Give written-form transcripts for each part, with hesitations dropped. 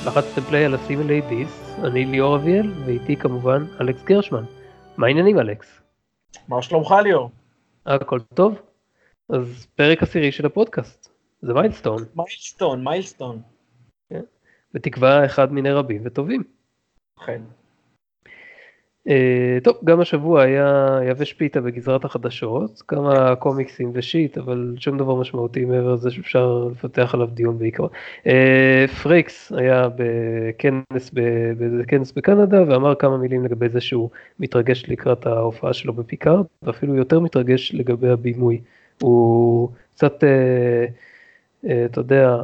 לחצתם פליי על הסימלי דיס, אני ליאור אביאל, ואיתי כמובן אלכס גרשמן. מה העניינים אלכס? מה שלומך ליאור? הכל טוב? אז פרק 10 של הפודקאסט, זה מיילסטון. מיילסטון. כן? בתקווה אחד מיני רבים וטובים. אכן. טוב, גם השבוע היה יבש פיתה בגזרת החדשות, כמה קומיקסים ושיט, אבל שום דבר משמעותי מעבר לזה שאפשר לפתח עליו דיון בעיקר. פריקס היה בכנס בקנדה ואמר כמה מילים לגבי זה שהוא מתרגש לקראת ההופעה שלו בפיקארד, ואפילו יותר מתרגש לגבי הבימוי. הוא קצת, אתה יודע,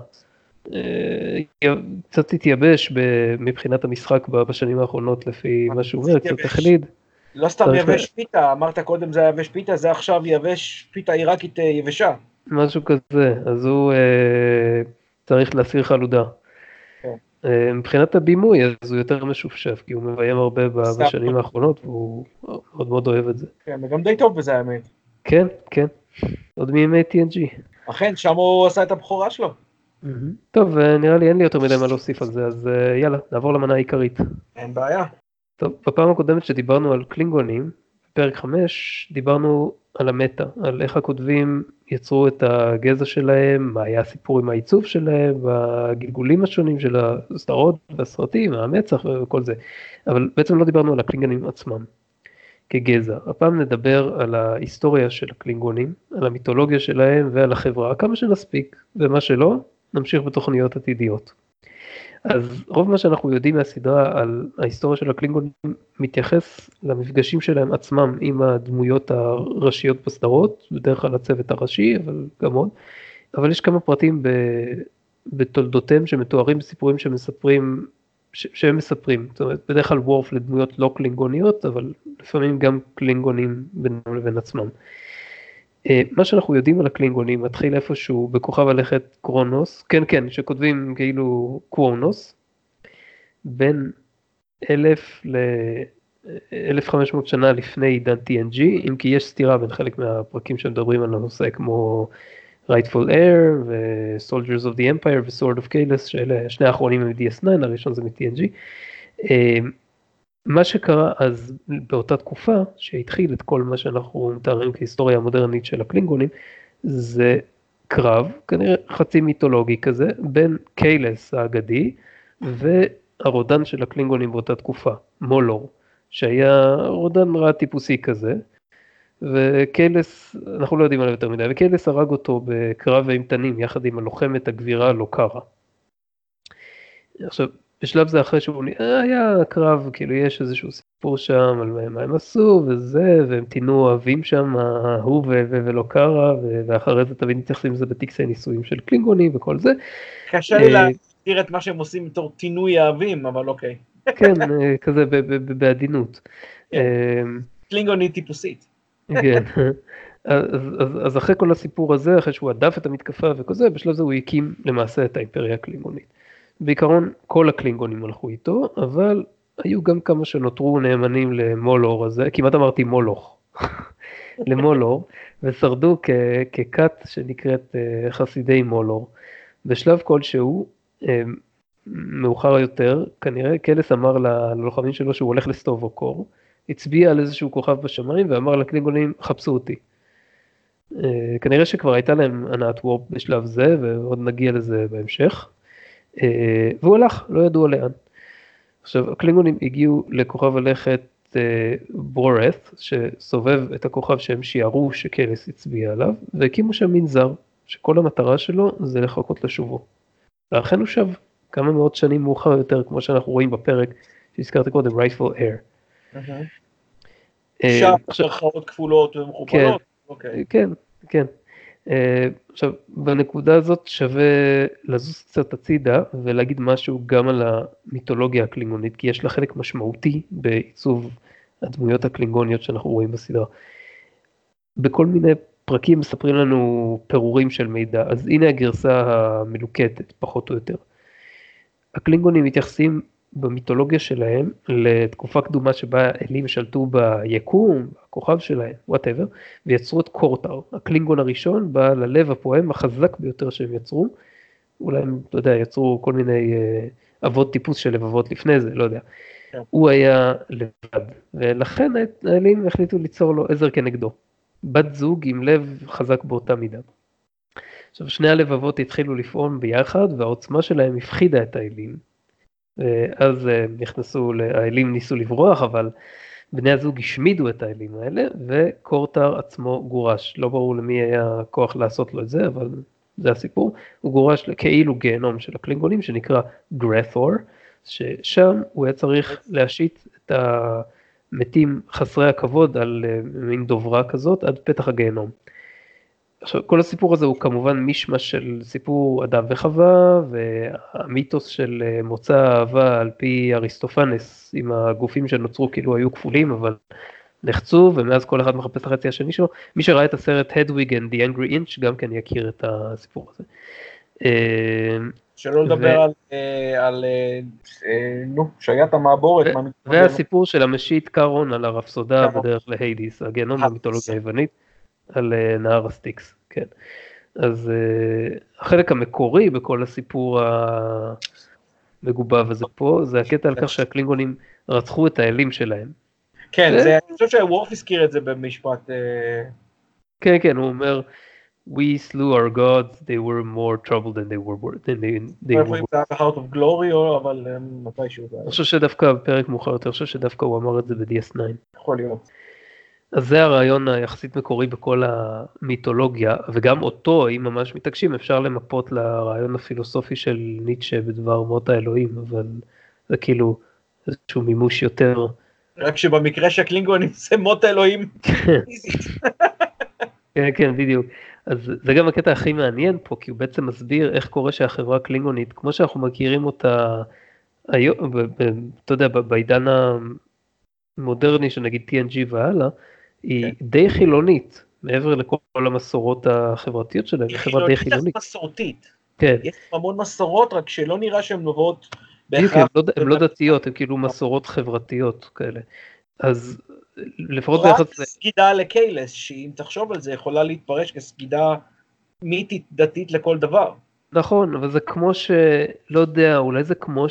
קצת התייבש מבחינת המשחק בשנים האחרונות לפי מה שהוא אומר, קצת החליד. לא סתם יבש פיתה, אמרת קודם זה יבש פיתה, זה עכשיו יבש פיתה עיראקית יבשה. משהו כזה, אז הוא צריך להסיר חלודה. מבחינת הבימוי אז הוא יותר משופשף, כי הוא מביים הרבה בשנים האחרונות, והוא מאוד מאוד אוהב את זה. כן, וגם די טוב בזה האמת. כן, כן, עוד מימי TNG. אכן, שם הוא עשה את הבכורה שלו. טוב, נראה לי אין לי יותר מדי מה להוסיף על זה, אז יאללה, נעבור למנה העיקרית. אין בעיה. טוב, בפעם הקודמת שדיברנו על קלינגונים, בפרק 5 דיברנו על המטה, על איך הכותבים יצרו את הגזע שלהם, מה היה הסיפור עם העיצוב שלהם, והגלגולים השונים של הסדרות והסרטים, המצח וכל זה. אבל בעצם לא דיברנו על הקלינגונים עצמם כגזע. הפעם נדבר על ההיסטוריה של הקלינגונים, על המיתולוגיה שלהם ועל החברה, כמה שנספיק, ומה שלא, נמשיך בתוכניות עתידיות. אז רוב מה שאנחנו יודעים מהסדרה על ההיסטוריה של הקלינגונים מתייחס למפגשים שלהם עצמם עם הדמויות הראשיות בסדרות, בדרך כלל הצוות הראשי, אבל גם עוד. אבל יש כמה פרטים בתולדותיהם שמתוארים בסיפורים שהם מספרים. זאת אומרת, בדרך כלל וורף לדמויות לא קלינגוניות, אבל לפעמים גם קלינגונים בינם לבין עצמם. מה שאנחנו יודעים על הקלינגונים מתחיל איפשהו בכוכב הלכת קרונוס, כן, שכותבים כאילו קוונוס, בין 1000 ל-1500 שנה לפני עידן TNG, אם כי יש סתירה בין חלק מהפרקים שמדברים על הנושא כמו Rightful Heir ו-Soldiers of the Empire ו-Sword of Kahless, שאלה שני האחרונים הם מ-DS9, הראשון זה מ-TNG. מה שקרה אז באותה תקופה שהתחיל את כל מה שאנחנו מתארים כהיסטוריה המודרנית של הקלינגונים, זה קרב, כנראה חצי מיתולוגי כזה, בין קיילס האגדי והרודן של הקלינגונים באותה תקופה, מולור, שהיה רודן רע טיפוסי כזה, וקיילס, אנחנו לא יודעים עליו יותר מדי, וקיילס הרג אותו בקרב אימתנים יחד עם הלוחמת הגבירה לוקרה. עכשיו, בשלב זה אחרי שהוא היה קרב, כאילו יש איזשהו סיפור שם על מה הם עשו וזה, והם תינו אוהבים שם, הוא ולוקרה, ואחרי זה תמיד מתייחסים לזה בטקסי ניסויים של קלינגונים וכל זה. קשה לי להסביר את מה שהם עושים בתור תינוי אוהבים, אבל אוקיי. כן, כזה בעדינות. קלינגונית טיפוסית. כן, אז אחרי כל הסיפור הזה, אחרי שהוא הדף את המתקפה וכזה, בשלב זה הוא הקים למעשה את האימפריה הקלינגונית. בעיקרון כל הקלינגונים הלכו איתו, אבל היו גם כמה שנותרו נאמנים למולור הזה, כמעט אמרתי מולוך, למולור, ושרדו ככת שנקראת חסידי מולור. בשלב כלשהו, מאוחר יותר, כנראה קלס אמר ללוחמים שלו שהוא הולך לסטוב אוקור, הצביע על איזשהו כוכב בשמיים ואמר לקלינגונים, חפשו אותי. כנראה שכבר הייתה להם הנעת וורפ בשלב זה, ועוד נגיע לזה בהמשך. והוא הלך, לא ידוע לאן. עכשיו, הקלינגונים הגיעו לכוכב הלכת בורת' שסובב את הכוכב שהם שיערו שקלס הצביע עליו, והקימו שם מנזר, שכל המטרה שלו זה לחכות לשובו. ואכן הוא שב כמה מאות שנים מאוחר יותר, כמו שאנחנו רואים בפרק שהזכרתי קודם, Rightful Heir. שם חרחאות כפולות ומכופלות? כן. עכשיו, בנקודה הזאת שווה לזוז קצת הצידה ולהגיד משהו גם על המיתולוגיה הקלינגונית, כי יש לה חלק משמעותי בעיצוב הדמויות הקלינגוניות שאנחנו רואים בסדרה. בכל מיני פרקים מספרים לנו פירורים של מידע, אז הנה הגרסה המלוקטת, פחות או יותר. הקלינגונים מתייחסים במיתולוגיה שלהם לתקופה קדומה שבה אלים שלטו ביקום, הכוכב שלהם, whatever, ויצרו את קורטר. הקלינגון הראשון בא ללב הפועם החזק ביותר שהם יצרו, אולי הם, אתה יודע, יצרו כל מיני אבות טיפוס של לבבות לפני זה, לא יודע. כן. הוא היה לבד, ולכן האלים החליטו ליצור לו עזר כנגדו. בת זוג עם לב חזק באותה מידה. עכשיו, שני הלבבות התחילו לפעול ביחד, והעוצמה שלהם הפחידה את האלים. אז האלים ניסו לברוח, אבל בני הזוג השמידו את האלים האלה, וקורטר עצמו גורש. לא ברור למי היה כוח לעשות לו את זה, אבל זה הסיפור. הוא גורש כאילו גיהנום של הקלינגונים, שנקרא גרת'ור, ששם הוא היה צריך להשית את המתים חסרי הכבוד על מין דוברה כזאת, עד פתח הגיהנום. עכשיו, כל הסיפור הזה הוא כמובן מישמש של סיפור אדם וחווה, והמיתוס של מוצא האהבה על פי אריסטופנס, עם הגופים שנוצרו כאילו היו כפולים, אבל נחצו, ומאז כל אחד מחפש את החצי השני שלו. מי שראה את הסרט Hedwig and the Angry Inch, גם כן יכיר את הסיפור הזה. שלא לדבר על שיית המעבורת. והסיפור של המשית קארון על הרפסודה בדרך להיידיס, הגיהנום במיתולוגיה היוונית. על נהר הסטיקס, כן. אז החלק המקורי בכל הסיפור המגובב הזה פה, זה הקטע על כך שהקלינגונים רצחו את האלים שלהם. כן, אני חושב שהוורף הזכיר את זה במשפט. כן, כן, הוא אומר, We slew our gods, they were more trouble than they were. זה היה ב-Heart of Glory, אבל מתישהו זה היה. אני חושב שדווקא בפרק מאוחר יותר, אני חושב שדווקא הוא אמר את זה ב-DS9. יכול להיות. אז זה הרעיון היחסית מקורי בכל המיתולוגיה, וגם אותו, אם ממש מתעקשים, אפשר למפות לרעיון הפילוסופי של ניטשה בדבר מות האלוהים, אבל זה כאילו איזשהו מימוש יותר. רק שבמקרה שהקלינגונים זה מות האלוהים. כן, כן, בדיוק. אז זה גם הקטע הכי מעניין פה, כי הוא בעצם מסביר איך קורה שהחברה הקלינגונית, כמו שאנחנו מכירים אותה היום, אתה יודע, בעידן המודרני שנגיד TNG והלאה, היא די חילונית, מעבר לכל המסורות החברתיות שלהם, היא חברה די חילונית. היא מסורתית. כן. יש המון מסורות, רק שלא נראה שהן נובעות בהכרח. הן לא דתיות, הן כאילו מסורות חברתיות כאלה. אז לפחות רק סגידה לקיילס, שאם תחשוב על זה, יכולה להתפרש כסגידה מיתית דתית לכל דבר. נכון, אבל זה כמו לא יודע, אולי זה כמו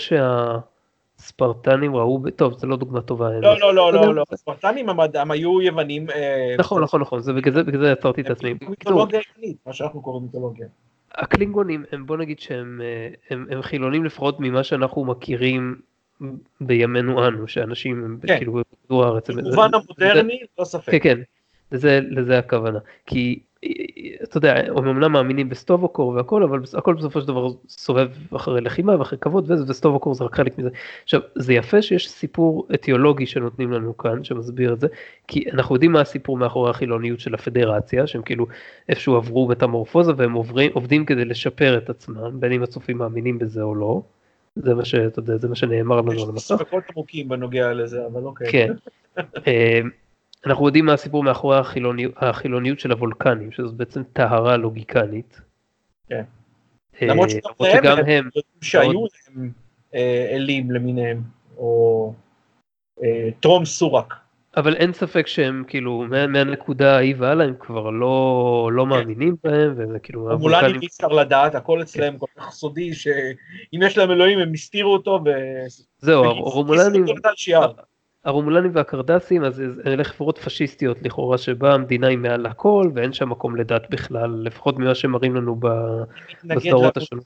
ספרטנים ראו, טוב, זה לא דוגמה טובה. לא, ספרטנים הם היו יוונים. נכון, זה בגלל זה יצרתי את עצמי. מיתולוגיה יוונית, מה שאנחנו קוראים מיתולוגיה. הקלינגונים, בוא נגיד שהם חילונים לפחות ממה שאנחנו מכירים בימינו אנו, שאנשים כאילו בכדור הארץ. במובן המודרני, לא ספק. כן, כן, לזה הכוונה. כי אתה יודע, הם אמנם מאמינים בסטובוקור והכל, אבל הכל בסופו של דבר סובב אחרי לחימה ואחרי כבוד, וסטובוקור זה רק חלק מזה. עכשיו, זה יפה שיש סיפור אתיולוגי שנותנים לנו כאן, שמסביר את זה, כי אנחנו יודעים מה הסיפור מאחורי החילוניות של הפדרציה, שהם כאילו איפשהו עברו מטמורפוזה, והם עובדים כדי לשפר את עצמם, בין אם הצופים מאמינים בזה או לא. זה מה שאתה יודע, זה מה שנאמר לנו על המסך. יש ספקות עמוקים בנוגע לזה, אבל אוקיי. כן. אנחנו יודעים מה הסיפור מאחורי החילוניות של הוולקנים, שזו בעצם טהרה לוגיקנית. כן. למרות שגם הם שהיו להם אלים למיניהם, או טרום סורק. אבל אין ספק שהם כאילו, מהנקודה ההיא והלאה, הם כבר לא מאמינים בהם, וזה כאילו... המולנים אי אפשר לדעת, הכל אצלם כל כך סודי, שאם יש להם אלוהים הם הסתירו אותו, זהו, הרומולנים והקרדסים, אז אלה חברות פשיסטיות לכאורה, שבה המדינה היא מעל הכל, ואין שם מקום לדת בכלל, לפחות ממה שמראים לנו בסדרות השונות.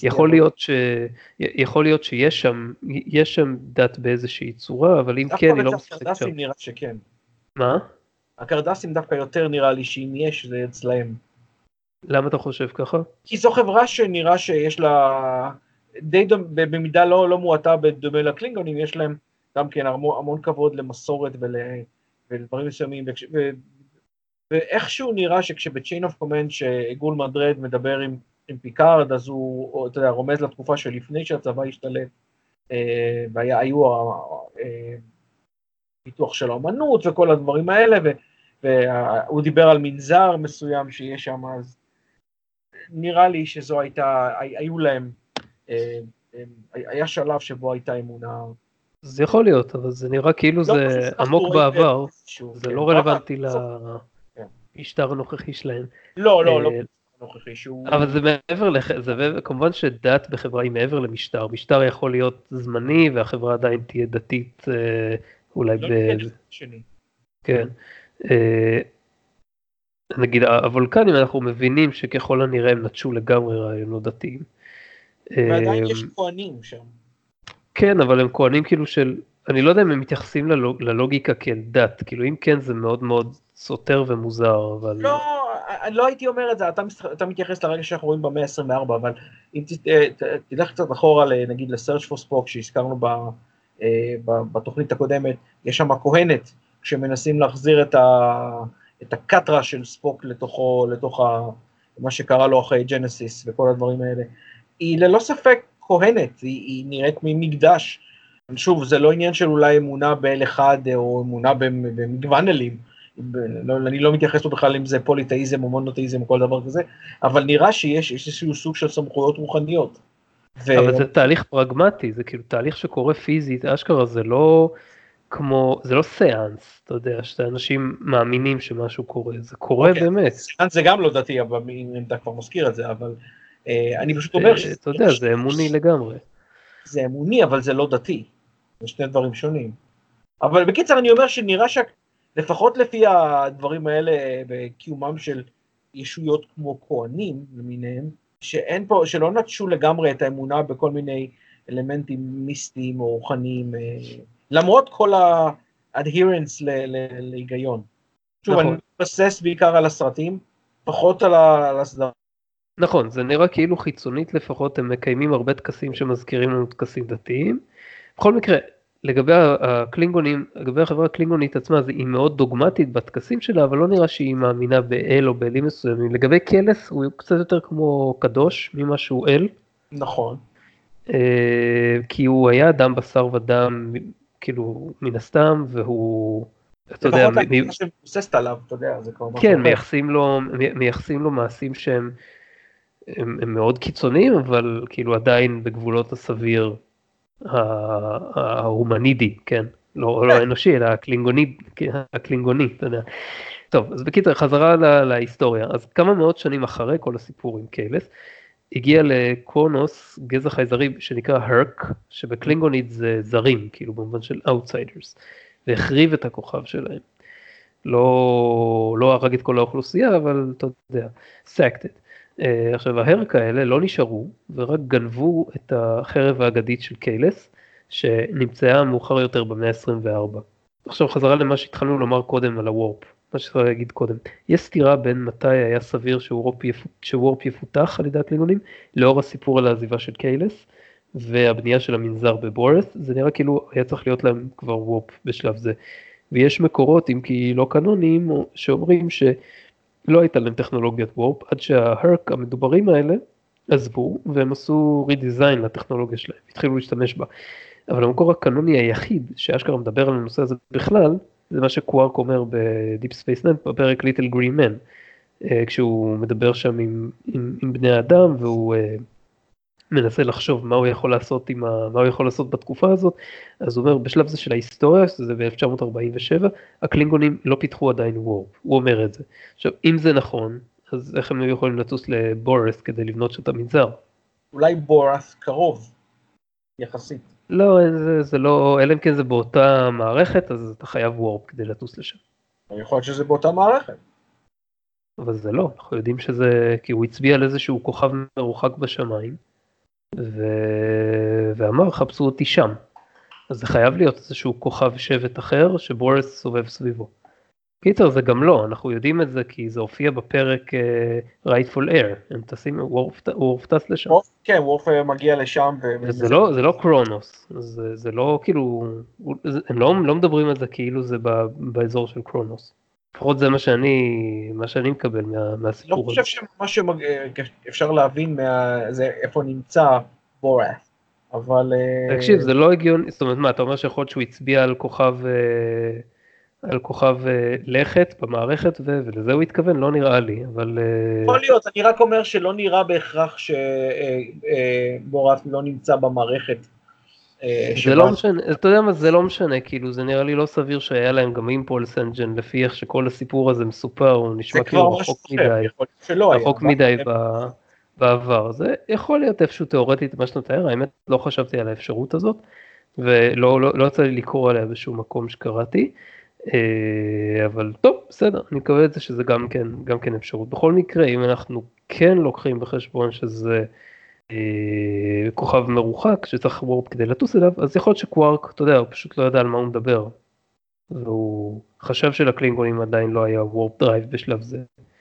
יכול להיות שיש שם דת באיזושהי צורה, אבל אם כן, היא לא משחקת שם. הקרדסים נראה שכן. מה? הקרדסים דווקא יותר נראה לי שאם יש, זה אצלהם. למה אתה חושב ככה? כי זו חברה שנראה שיש לה, במידה לא מועטה בדומה לקלינגונים, יש להם גם כן המון כבוד למסורת ולדברים מסוימים, ואיכשהו נראה שכשב-Chain of Command שעיגול מדרד מדבר עם פיקארד, אז הוא, אתה יודע, רומז לתקופה שלפני שהצבא השתלט, והיו פיתוח של האמנות וכל הדברים האלה, והוא דיבר על מנזר מסוים שיש שם, אז נראה לי שזו הייתה, היו להם, היה שלב שבו הייתה אמונה, זה יכול להיות, אבל זה נראה כאילו זה עמוק בעבר, זה לא רלוונטי למשטר הנוכחי שלהם. לא, הנוכחי שהוא... אבל זה מעבר כמובן שדת בחברה היא מעבר למשטר. משטר יכול להיות זמני והחברה עדיין תהיה דתית אולי לא נגד שני. כן. נגיד הוולקנים אנחנו מבינים שככל הנראה הם נטשו לגמרי רעיונות דתיים. ועדיין יש כהנים שם. כן, אבל הם כהנים כאילו של, אני לא יודע אם הם מתייחסים ללוגיקה כאל דת, כאילו אם כן זה מאוד מאוד סותר ומוזר, אבל... לא, אני לא הייתי אומר את זה, אתה מתייחס לרגע שאנחנו רואים במאה ה-24, אבל אם תלך קצת אחורה, נגיד ל-Search for Spock שהזכרנו בתוכנית הקודמת, יש שם כהנת, כשמנסים להחזיר את הקטרה של ספוק לתוך מה שקרה לו אחרי ג'נסיס וכל הדברים האלה. היא ללא ספק כהנת, היא נראית ממקדש. שוב, זה לא עניין של אולי אמונה באל אחד או אמונה במגוון אלים, אני לא מתייחס לו בכלל אם זה פוליתאיזם או מונותאיזם או כל דבר כזה, אבל נראה שיש איזשהו סוג של סמכויות רוחניות. אבל זה תהליך פרגמטי, זה כאילו תהליך שקורה פיזית, אשכרה זה לא כמו, זה לא סיאנס, אתה יודע, שאנשים מאמינים שמשהו קורה, זה קורה באמת. סיאנס זה גם לא דתי, אם אתה כבר מזכיר את זה, אבל אני פשוט אומר אתה יודע, זה אמוני לגמרי. זה אמוני, אבל זה לא דתי, זה שני דברים שונים. אבל בקיצר אני אומר שנראה לפחות לפי הדברים האלה בקיומם של ישויות כמו כהנים למיניהם, שאין פה, שלא נטשו לגמרי את האמונה בכל מיני אלמנטים מיסטיים או רוחניים, למרות כל ה-adherence להיגיון. שוב, אני מתבסס בעיקר על הסרטים, פחות על הסדרה. נכון, זה נראה כאילו חיצונית לפחות, הם מקיימים הרבה טקסים שמזכירים לנו טקסים דתיים. בכל מקרה, לגבי הקלינגונים, לגבי החברה הקלינגונית עצמה, היא מאוד דוגמטית בטקסים שלה, אבל לא נראה שהיא מאמינה באל או באלים מסוימים. לגבי קלס, הוא קצת יותר כמו קדוש, ממה שהוא אל. נכון. כי הוא היה אדם בשר ודם, כאילו מן הסתם, והוא... אתה יודע, לפחות מה שמבוססת עליו, אתה יודע, זה כבר... כן, מייחסים לו מעשים שהם מאוד קיצוניים, אבל כאילו עדיין בגבולות הסביר ההומנידי, כן? לא האנושי, אלא הקלינגוני, אתה יודע. טוב, אז בקיצור, חזרה להיסטוריה. אז כמה מאות שנים אחרי כל הסיפור עם קיילס, הגיע לקרונוס, גזע חייזרי שנקרא הרק, שבקלינגונית זה זרים, כאילו במובן של outsiders, והחריב את הכוכב שלהם. לא הרג את כל האוכלוסייה, אבל אתה יודע, sacked it. עכשיו ההרק האלה לא נשארו, ורק גנבו את החרב האגדית של קיילס, שנמצאה מאוחר יותר במאה ה-24. עכשיו חזרה למה שהתחלנו לומר קודם על הוורפ, מה שצריך להגיד קודם. יש סתירה בין מתי היה סביר שוורפ יפותח על ידי הקלינגונים, לאור הסיפור על העזיבה של קיילס, והבנייה של המנזר בבורת'. זה נראה כאילו היה צריך להיות להם כבר וורפ בשלב זה. ויש מקורות, אם כי לא קנוניים, שאומרים שלא הייתה להם טכנולוגיית וורפ, עד שההרק המדוברים האלה עזבו, והם עשו רידיזיין לטכנולוגיה שלהם, התחילו להשתמש בה. אבל המקור הקנוני היחיד שאשכרה מדבר על הנושא הזה בכלל, זה מה שקווארק אומר בדיפ ספייס נאין, בפרק ליטל גרין מן, כשהוא מדבר שם עם בני האדם, והוא מנסה לחשוב מה הוא יכול לעשות מה הוא יכול לעשות בתקופה הזאת. אז הוא אומר, בשלב זה של ההיסטוריה, שזה ב-1947, הקלינגונים לא פיתחו עדיין וורפ, הוא אומר את זה. עכשיו, אם זה נכון, אז איך הם לא יכולים לטוס לבורת' כדי לבנות שם את המנזר? אולי בורת' קרוב, יחסית. לא, זה לא, אלא אם כן זה באותה מערכת, אז אתה חייב וורפ כדי לטוס לשם. יכול להיות שזה באותה מערכת. אבל זה לא, אנחנו יודעים שזה, כי הוא הצביע על איזשהו כוכב מרוחק בשמיים, ואמר, חפשו אותי שם. אז זה חייב להיות איזשהו כוכב שבט אחר, שבורת' סובב סביבו. קיצר, זה גם לא, אנחנו יודעים את זה, כי זה הופיע בפרק Rightful Air, הם טסים, וורף טס לשם. כן, וורף מגיע לשם. זה לא קרונוס, זה לא כאילו, הם לא מדברים על זה כאילו זה באזור של קרונוס. לפחות זה מה שאני מקבל מהסיפור הזה. לא חושב שמה שאפשר להבין זה איפה נמצא בורת', אבל... תקשיב, זה לא הגיוני, זאת אומרת מה, אתה אומר שיכול להיות שהוא הצביע על כוכב לכת במערכת ולזה הוא התכוון, לא נראה לי, אבל... יכול להיות, אני רק אומר שלא נראה בהכרח שבורת' לא נמצא במערכת זה לא משנה, אתה יודע מה, זה לא משנה, כאילו זה נראה לי לא סביר שהיה להם גם אימפולס אנג'ן, לפי איך שכל הסיפור הזה מסופר, הוא נשמע כאילו רחוק מדי בעבר, זה יכול להיות איפשהו תיאורטית מה שאתה מתאר, האמת לא חשבתי על האפשרות הזאת, ולא יצא לי לקרוא עליה בשום מקום שקראתי, אבל טוב, בסדר, אני מקווה את זה שזה גם כן אפשרות. בכל מקרה, אם אנחנו כן לוקחים בחשבון שזה כוכב מרוחק שצריך וורפ כדי לטוס אליו, אז יכול להיות שקווארק, אתה יודע, הוא פשוט לא ידע על מה הוא מדבר. והוא חשב שלקלינגונים עדיין לא היה וורפ דרייב בשלב זה.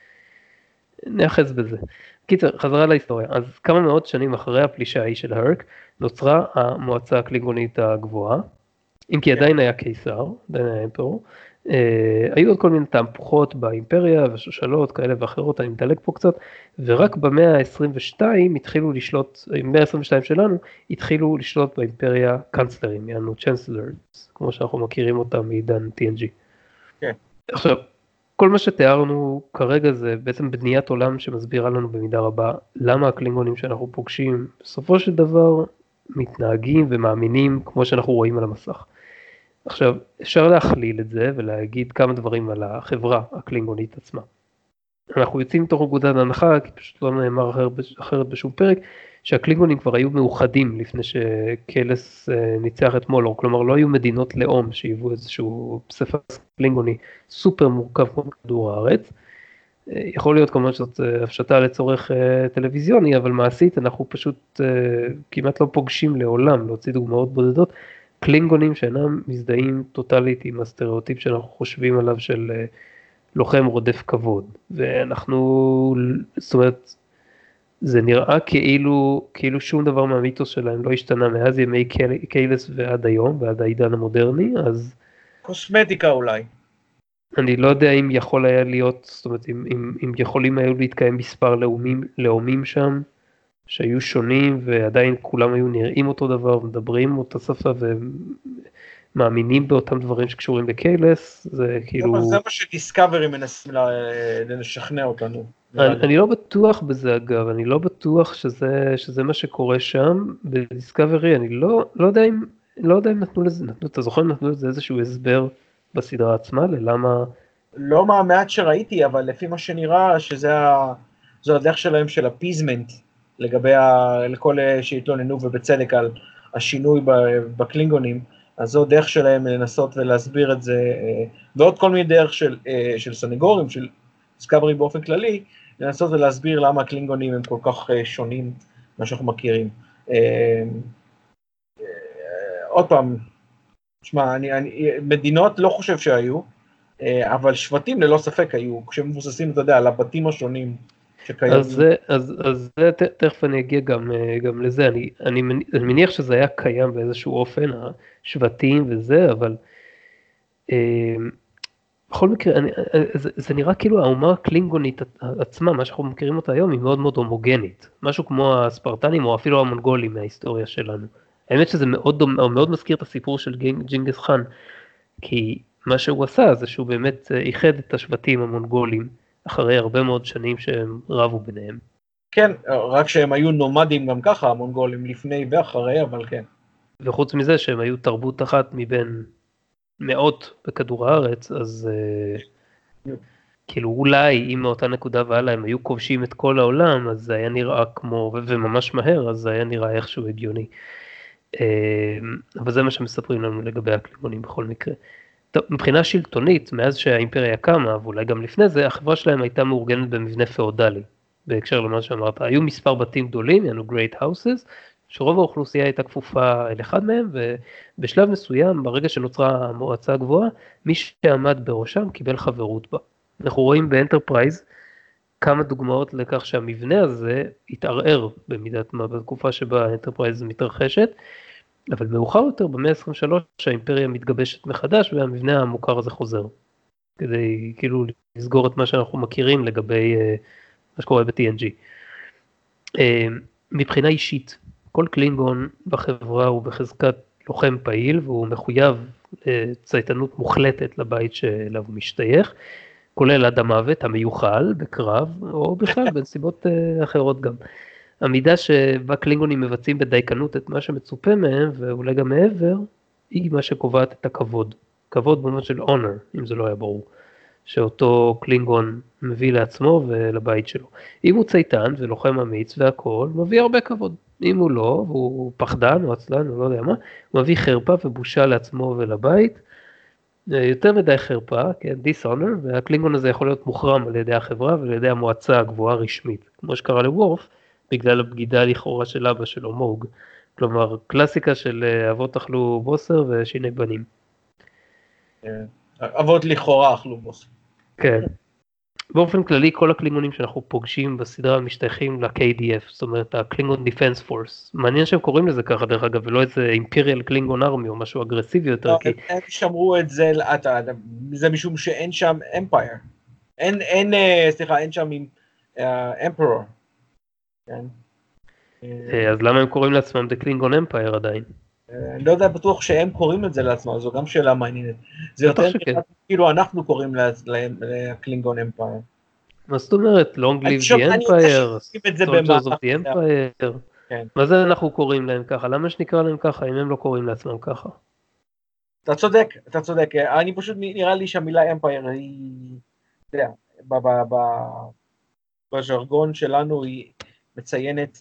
נאחז בזה. קיצר, חזרה להיסטוריה. אז כמה מאות שנים אחרי הפלישה ההיא של הרק, נוצרה המועצה הקלינגונית הגבוהה, אם כי עדיין היה קיסר, עדיין היה אמפרור, היו עוד כל מיני תהפוכות באימפריה ושושלות כאלה ואחרות, אני מדלג פה קצת, ורק במאה ה-22 התחילו לשלוט, במאה ה-22 שלנו, התחילו לשלוט באימפריה קאנצלרים, יענו צ'אנסלרס, כמו שאנחנו מכירים אותם מעידן TNG. כן. עכשיו, כל מה שתיארנו כרגע זה בעצם בניית עולם שמסבירה לנו במידה רבה למה הקלינגונים שאנחנו פוגשים בסופו של דבר מתנהגים ומאמינים כמו שאנחנו רואים על המסך. עכשיו, אפשר להכליל את זה ולהגיד כמה דברים על החברה הקלינגונית עצמה. אנחנו יוצאים מתוך נקודת ההנחה, כי פשוט לא נאמר אחרת בשום פרק, שהקלינגונים כבר היו מאוחדים לפני שקלס ניצח את מולור, כלומר לא היו מדינות לאום שהיוו איזשהו פסיפס קלינגוני סופר מורכב כמו כדור הארץ. יכול להיות כמובן שזאת הפשטה לצורך טלוויזיוני, אבל מעשית אנחנו פשוט כמעט לא פוגשים לעולם, להוציא דוגמאות בודדות, קלינגונים שאינם מזדהים טוטלית עם הסטריאוטיפ שאנחנו חושבים עליו של לוחם רודף כבוד. ואנחנו, זאת אומרת, זה נראה כאילו שום דבר מהמיתוס שלהם לא השתנה מאז ימי קיילס ועד היום, ועד העידן המודרני, אז... קוסמטיקה אולי. אני לא יודע אם יכול היה להיות, זאת אומרת, אם יכולים היו להתקיים מספר לאומים שם, שהיו שונים ועדיין כולם היו נראים אותו דבר, ומדברים אותה שפה ומאמינים באותם דברים שקשורים לקיילס, זה כאילו... זה מה שדיסקאברי מנסים לשכנע אותנו. אני לא בטוח בזה אגב, אני לא בטוח שזה מה שקורה שם בדיסקאברי, אני לא יודע אם נתנו לזה, אתה זוכר אם נתנו לזה איזשהו הסבר בסדרה עצמה, ללמה... לא מהמעט שראיתי, אבל לפי מה שנראה זו הדרך שלהם של הפיזמנט, לגבי לכל שהתלוננו ובצדק על השינוי בקלינגונים, אז זו דרך שלהם לנסות ולהסביר את זה, ועוד כל מיני דרך של סנגורים, של דיסקאברי באופן כללי, לנסות ולהסביר למה הקלינגונים הם כל כך שונים מה שאנחנו מכירים. עוד פעם, תשמע, מדינות לא חושב שהיו, אבל שבטים ללא ספק היו, כשמבוססים, אתה יודע, על הבתים השונים שקיימים. אז תכף אני אגיע גם לזה, אני מניח שזה היה קיים באיזשהו אופן, השבטים וזה, אבל בכל מקרה, זה נראה כאילו האומה הקלינגונית עצמה, מה שאנחנו מכירים אותה היום, היא מאוד מאוד הומוגנית, משהו כמו הספרטנים או אפילו המונגולים מההיסטוריה שלנו. האמת שזה מאוד מזכיר את הסיפור של ג'ינגיס חאן, כי מה שהוא עשה זה שהוא באמת איחד את השבטים המונגולים, אחרי הרבה מאוד שנים שהם רבו ביניהם. כן, רק שהם היו נומדים גם ככה, המונגולים, לפני ואחרי, אבל כן. וחוץ מזה שהם היו תרבות אחת מבין מאות בכדור הארץ, אז כאילו אולי אם מאותה נקודה ועלה הם היו כובשים את כל העולם, אז זה היה נראה כמו, וממש מהר, אז זה היה נראה איכשהו הגיוני. אבל זה מה שמספרים לנו לגבי הקלינגונים בכל מקרה. טוב, מבחינה שלטונית, מאז שהאימפריה קמה, ואולי גם לפני זה, החברה שלהם הייתה מאורגנת במבנה פאודלי, בהקשר למה שאמרת. היו מספר בתים גדולים, יענו Great Houses, שרוב האוכלוסייה הייתה כפופה אל אחד מהם, ובשלב מסוים, ברגע שנוצרה המועצה הגבוהה, מי שעמד בראשם קיבל חברות בה. אנחנו רואים באנטרפרייז כמה דוגמאות לכך שהמבנה הזה התערער במידת מה, בתקופה שבה האנטרפרייז מתרחשת, אבל מאוחר יותר, במאה ה-23, האימפריה מתגבשת מחדש, והמבנה המוכר הזה חוזר. כדי כאילו לסגור את מה שאנחנו מכירים לגבי מה שקורה ב-TNG. מבחינה אישית, כל קלינגון בחברה הוא בחזקת לוחם פעיל, והוא מחויב צייתנות מוחלטת לבית שאליו הוא משתייך, כולל עד המוות המיוחל בקרב, או בכלל בנסיבות אחרות גם. המידה שבה קלינגונים מבצעים בדייקנות את מה שמצופה מהם, ואולי גם מעבר, היא מה שקובעת את הכבוד. כבוד במובן של honor, אם זה לא היה ברור. שאותו קלינגון מביא לעצמו ולבית שלו. אם הוא צייתן ולוחם אמיץ והכל, הוא מביא הרבה כבוד. אם הוא לא, והוא פחדן או עצלן, או לא יודע מה, הוא מביא חרפה ובושה לעצמו ולבית. יותר מדי חרפה, כן, dishonor, והקלינגון הזה יכול להיות מוחרם על ידי החברה ועל ידי המועצה הגבוהה הרשמית, כמו שקרה לוורף, בגלל הבגידה לכאורה של אבא שלו, מוג. כלומר, קלאסיקה של אבות אכלו בוסר ושיני בנים. אבות לכאורה אכלו בוסר. כן. באופן כללי, כל הקלינגונים שאנחנו פוגשים בסדרה משתייכים ל-KDF, זאת אומרת, הקלינגון דיפנס פורס. מעניין שהם קוראים לזה ככה, דרך אגב, ולא איזה אימפריאל קלינגון ארמי או משהו אגרסיבי יותר. לא, הם שמרו את זה, זה משום שאין שם אמפייר. אין שם אמפרור. אז למה הם קוראים לעצמם The Klingon Empire עדיין? אני לא יודע, בטוח שהם קוראים את זה לעצמם, זו גם שאלה מעניינת. זה יותר כאילו אנחנו קוראים לקלינגון אמפייר. מה זאת אומרת? Long live the Empire, Soldiers of the Empire. מה זה אנחנו קוראים להם ככה? למה שנקרא להם ככה אם הם לא קוראים לעצמם ככה? אתה צודק. אני פשוט נראה לי שהמילה אמפייר היא, אתה יודע, בז'רגון שלנו היא מציינת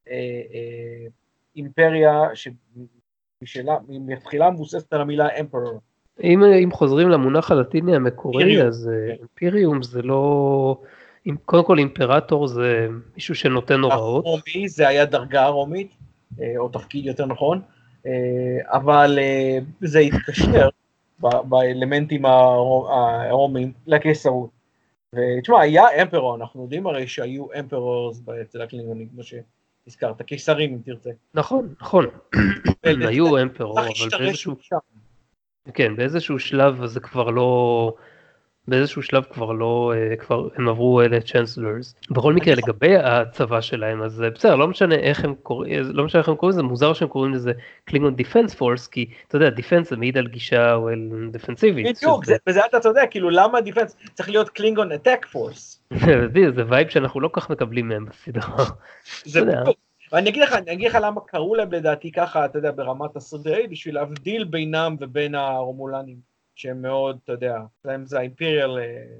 אימפריה שמתחילה מבוססת על המילה אמפרור. אם חוזרים למונח הלטיני המקורי, אז אימפריום זה לא, קודם כל אימפרטור זה מישהו שנותן הוראות. רומי זה היה דרגה רומית, או תפקיד יותר נכון, אבל זה התקשר באלמנטים הרומיים לקיסרות. ותשמע, היה אמפרור, אנחנו יודעים הרי שהיו אמפרורס אצל הקלינגונים, כמו שהזכרת, קיסרים אם תרצה. נכון. היו אמפרור, אבל באיזשהו שלב זה כבר לא, כבר הם עברו צ'אנסלרס. בכל מקרה לגבי הצבא שלהם, אז בסדר, לא משנה איך הם קוראים, זה מוזר שהם קוראים לזה קלינגון דיפנס פורס, כי אתה יודע, דיפנס זה מעיד על גישה או על דפנסיבית. בדיוק, וזה אתה צודק, כאילו למה דיפנס צריך להיות קלינגון אטק פורס? זה וייב שאנחנו לא כך מקבלים מהם בסדרה. זה בדיוק. ואני אגיד לך למה קראו להם לדעתי ככה, אתה יודע, ברמת הסדרי, בשביל להבדיל בינם ובין הרומולנים, שהם מאוד, אתה יודע, זה האימפריאל.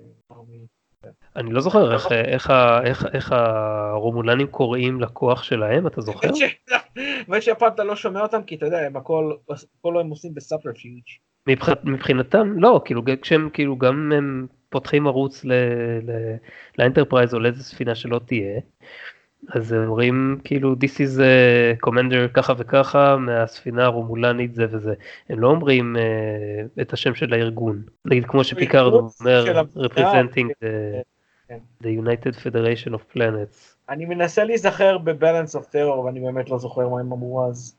אני לא זוכר איך הרומולנים קוראים לכוח שלהם, אתה זוכר? באמת שהפעם אתה לא שומע אותם, כי אתה יודע, הם הכל הם עושים בסאפרפיוג. מבחינתם, לא, כשהם כאילו גם הם פותחים ערוץ לאנטרפרייז או לאיזה ספינה שלא תהיה, אז הם אומרים כאילו this is a commander ככה וככה מהספינה הרומולנית זה וזה. הם לא אומרים את השם של הארגון. נגיד כמו שפיקארד אומר representing the United Federation of Planets. אני מנסה להיזכר בבלנס אוף טרור ואני באמת לא זוכר מה הם אמרו אז.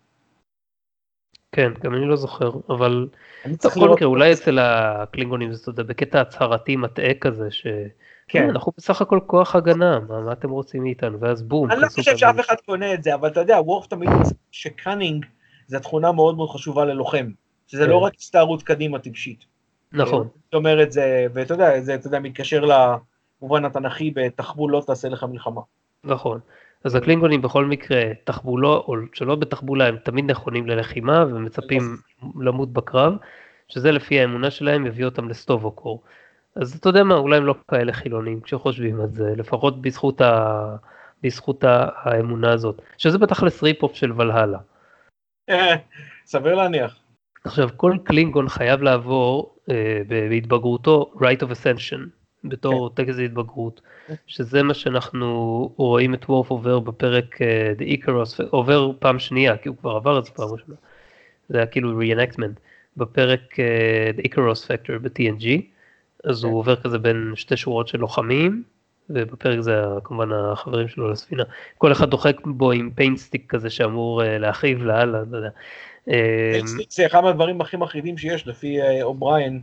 כן, גם אני לא זוכר, אבל בכל מקרה אולי אצל הקלינגונים זה תודה בקטע הצהרתי מטעה כזה כן, אנחנו בסך הכל כוח הגנה, מה אתם רוצים מאיתנו, ואז בום. אני לא חושב שאף אחד קונה את זה, אבל אתה יודע, וורף תמיד שקאנינג זה תכונה מאוד מאוד חשובה ללוחם, שזה לא רק הסתערות קדימה טיפשית. נכון. זאת אומרת, ואתה יודע, זה מתקשר למובן התנ"כי, בתחבול לא תעשה לך מלחמה. נכון. אז הקלינגונים בכל מקרה, תחבולו, או שלא בתחבולה, הם תמיד נכונים ללחימה, ומצפים למות בקרב, שזה לפי האמונה שלהם יביא אותם לסטובוקור. אז אתה יודע מה, אולי הם לא כאלה חילונים כשחושבים על זה, לפחות בזכות האמונה הזאת, שזה בתכלס ריפ-אופ של ולהלה. סביר להניח. עכשיו, כל קלינגון חייב לעבור בהתבגרותו Rite of Ascension, בתור טקס ההתבגרות, שזה מה שאנחנו רואים את וורף עובר בפרק The Icarus, עובר פעם שנייה, כי הוא כבר עבר את זה פעם ראשונה, זה היה כאילו reenactment, בפרק The Icarus Factor ב-TNG, אז הוא עובר כזה בין שתי שורות של לוחמים, ובפרק זה כמובן החברים שלו לספינה, כל אחד דוחק בו עם פיינסטיק כזה שאמור להכאיב להלאה, לא יודע. פיינסטיק זה אחד מהדברים הכי מחרידים שיש, לפי אובריין,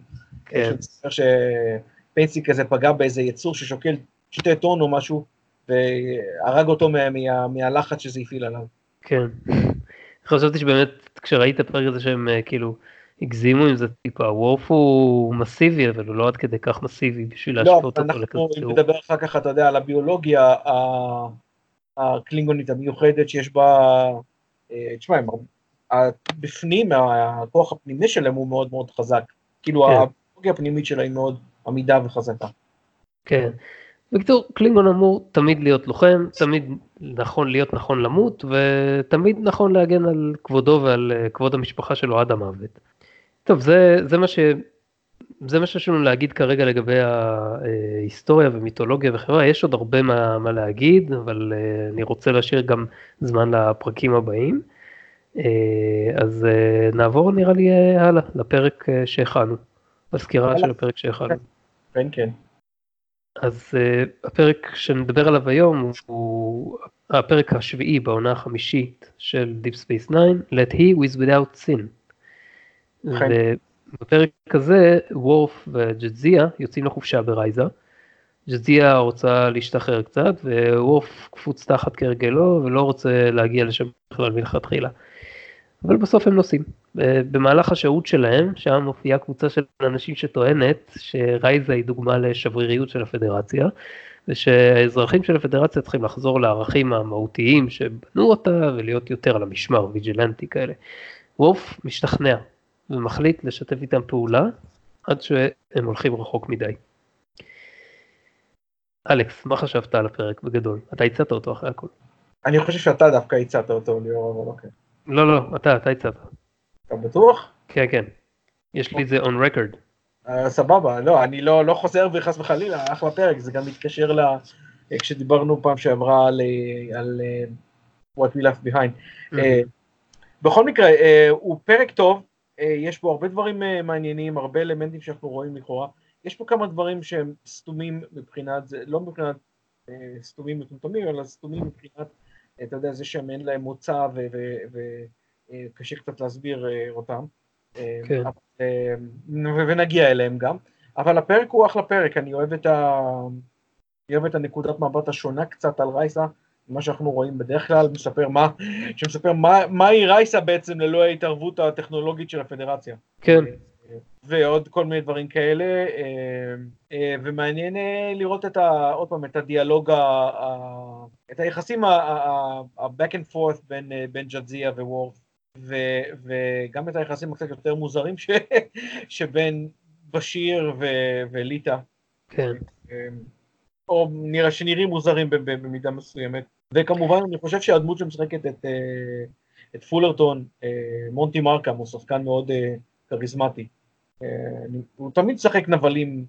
שפיינסטיק כזה פגע באיזה יצור ששוקל 2 טון או משהו, והרג אותו מהלחץ שזה הפעיל עליו. כן, חשבתי שבאמת כשראית את הפרק הזה שהם כאילו, הגזימו עם זה טיפה, וורף הוא מסיבי, אבל הוא לא עד כדי כך מסיבי בשביל להשפוט אותו לכזה. לא, אנחנו נדבר אחר כך, אתה יודע, על הביולוגיה הקלינגונית המיוחדת שיש בה, תשמע, בפנים, הכוח הפנימי שלהם הוא מאוד מאוד חזק, כאילו האנרגיה הפנימית שלה היא מאוד עמידה וחזקה. כן, בקיצור, קלינגון אמור תמיד להיות לוחם, תמיד נכון להיות נכון למות, ותמיד נכון להגן על כבודו ועל כבוד המשפחה שלו עד המוות. טוב, זה מה שיש לנו להגיד כרגע לגבי ההיסטוריה ומיתולוגיה וחברה, יש עוד הרבה מה להגיד, אבל אני רוצה להשאיר גם זמן לפרקים הבאים. אז נעבור נראה לי הלאה, לפרק שהכנו, לסקירה של הפרק שהכנו. כן, כן. אז הפרק שנדבר עליו היום הוא הפרק השביעי בעונה החמישית של Deep Space Nine, Let He with Without Sin. ובפרק הזה וורף וג'טזיה יוצאים לחופשה ברייזה. ג'טזיה רוצה להשתחרר קצת, ווורף קפוץ תחת כרגלו ולא רוצה להגיע לשם בכלל מלכתחילה. אבל בסוף הם נוסעים. במהלך השהות שלהם, שם מופיעה קבוצה של אנשים שטוענת שרייזה היא דוגמה לשבריריות של הפדרציה, ושהאזרחים של הפדרציה צריכים לחזור לערכים המהותיים שבנו אותה ולהיות יותר על המשמר, ויג'לנטי כאלה. וורף משתכנע ומחליט לשתף איתם פעולה עד שהם הולכים רחוק מדי. אלכס, מה חשבת על הפרק בגדול? אתה הצעת אותו אחרי הכל. אני חושב שאתה דווקא הצעת אותו, ליאור, אבל אוקיי. לא, אתה הצעת. אתה בטוח? כן, כן. יש לי את זה on record. סבבה, לא, אני לא חוזר וחס וחלילה, אחלה פרק, זה גם מתקשר כשדיברנו פעם שעברה על What We Left Behind. בכל מקרה, הוא פרק טוב, יש בו הרבה דברים מעניינים, הרבה אלמנטים שאנחנו רואים לכאורה, יש פה כמה דברים שהם סתומים מבחינת, לא מבחינת סתומים מטומטמים, אלא סתומים מבחינת, אתה יודע, זה שהם אין להם מוצא וקשה קצת להסביר אותם. כן. ונגיע אליהם גם, אבל הפרק הוא אחלה פרק, אני אוהב את הנקודת מבט השונה קצת על רייסה, מה שאנחנו רואים בדרך כלל, שמספר מהי רייסה בעצם ללא ההתערבות הטכנולוגית של הפדרציה. כן. ועוד כל מיני דברים כאלה, ומעניין לראות עוד פעם את הדיאלוג, את היחסים ה-back and forth בין ג'טזיה ווורף, וגם את היחסים הקצת יותר מוזרים שבין בשיר וליטה. כן. או שנראים מוזרים במידה מסוימת. וכמובן אני חושב שהדמות שמשחקת את פולרטון, מונטי מרקם, הוא שחקן מאוד כריזמטי. הוא תמיד משחק נבלים.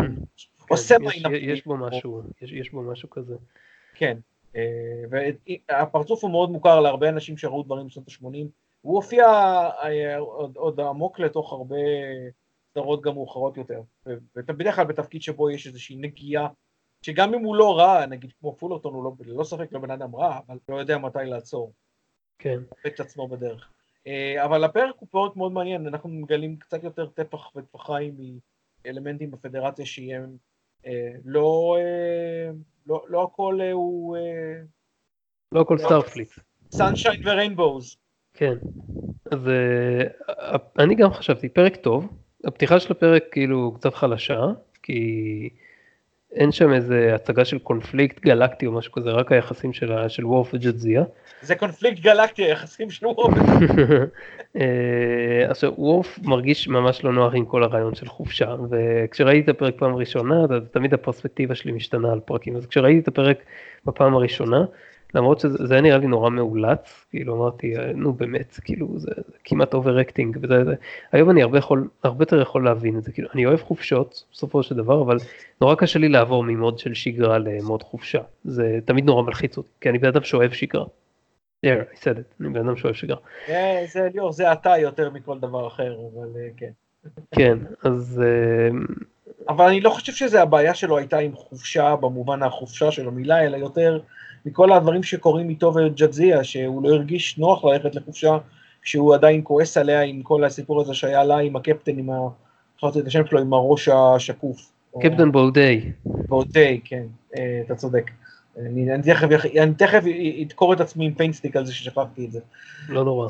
יש בו משהו כזה. כן. והפרצוף הוא מאוד מוכר להרבה אנשים שראו דברים בשנות ה-80. הוא הופיע עוד עמוק לתוך הרבה סדרות גם מאוחרות יותר, ובדרך כלל בתפקיד שבו יש איזושהי נגיעה, שגם אם הוא לא רע, נגיד כמו פולרטון, הוא לא ספק, לא בן אדם רע, אבל לא יודע מתי לעצור. כן. מפק את עצמו בדרך. אבל הפרק הוא פרק מאוד מעניין, אנחנו מגלים קצת יותר טפח וטפחיים מאלמנטים בפדרציה שהם לא הכל הוא... לא הכל סטארפליט. סנשיין וריינבוז. כן, אז אני גם חשבתי, פרק טוב, הפתיחה של הפרק כאילו קצת חלשה, כי אין שם איזה הצגה של קונפליקט גלקטי או משהו כזה, רק היחסים של וורף וג'טזיה. זה קונפליקט גלקטי, היחסים של וורף וג'טזיה. עכשיו, וורף מרגיש ממש לא נוח עם כל הרעיון של חופשה, וכשראיתי את הפרק פעם ראשונה, תמיד הפרספקטיבה שלי משתנה על פרקים, אז כשראיתי את הפרק בפעם הראשונה, למרות שזה היה נראה לי נורא מאולץ, כאילו אמרתי, נו באמת, כאילו זה כמעט אובר-אקטינג, היום אני הרבה יותר יכול להבין את זה, כאילו אני אוהב חופשות בסופו של דבר, אבל נורא קשה לי לעבור ממוד של שגרה למוד חופשה, זה תמיד נורא מלחיץ אותי, כי אני בן אדם שאוהב שגרה. I said it, אני בן אדם שאוהב שגרה. זה אתה יותר מכל דבר אחר, אבל כן. כן, אז... אבל אני לא חושב שזה הבעיה שלו הייתה עם חופשה, במובן החופשה של המילה, אלא יותר מכל הדברים שקורים איתו וג'טזיה, שהוא לא הרגיש נוח ללכת לחופשה, כשהוא עדיין כועס עליה עם כל הסיפור הזה שהיה לה עם הקפטן, חשבתי את השם שלו, עם הראש השקוף. קפטן בודי. בודי, כן, אתה צודק. אני תכף אתקור את עצמי עם פיינסטיק על זה ששכחתי את זה. לא נורא.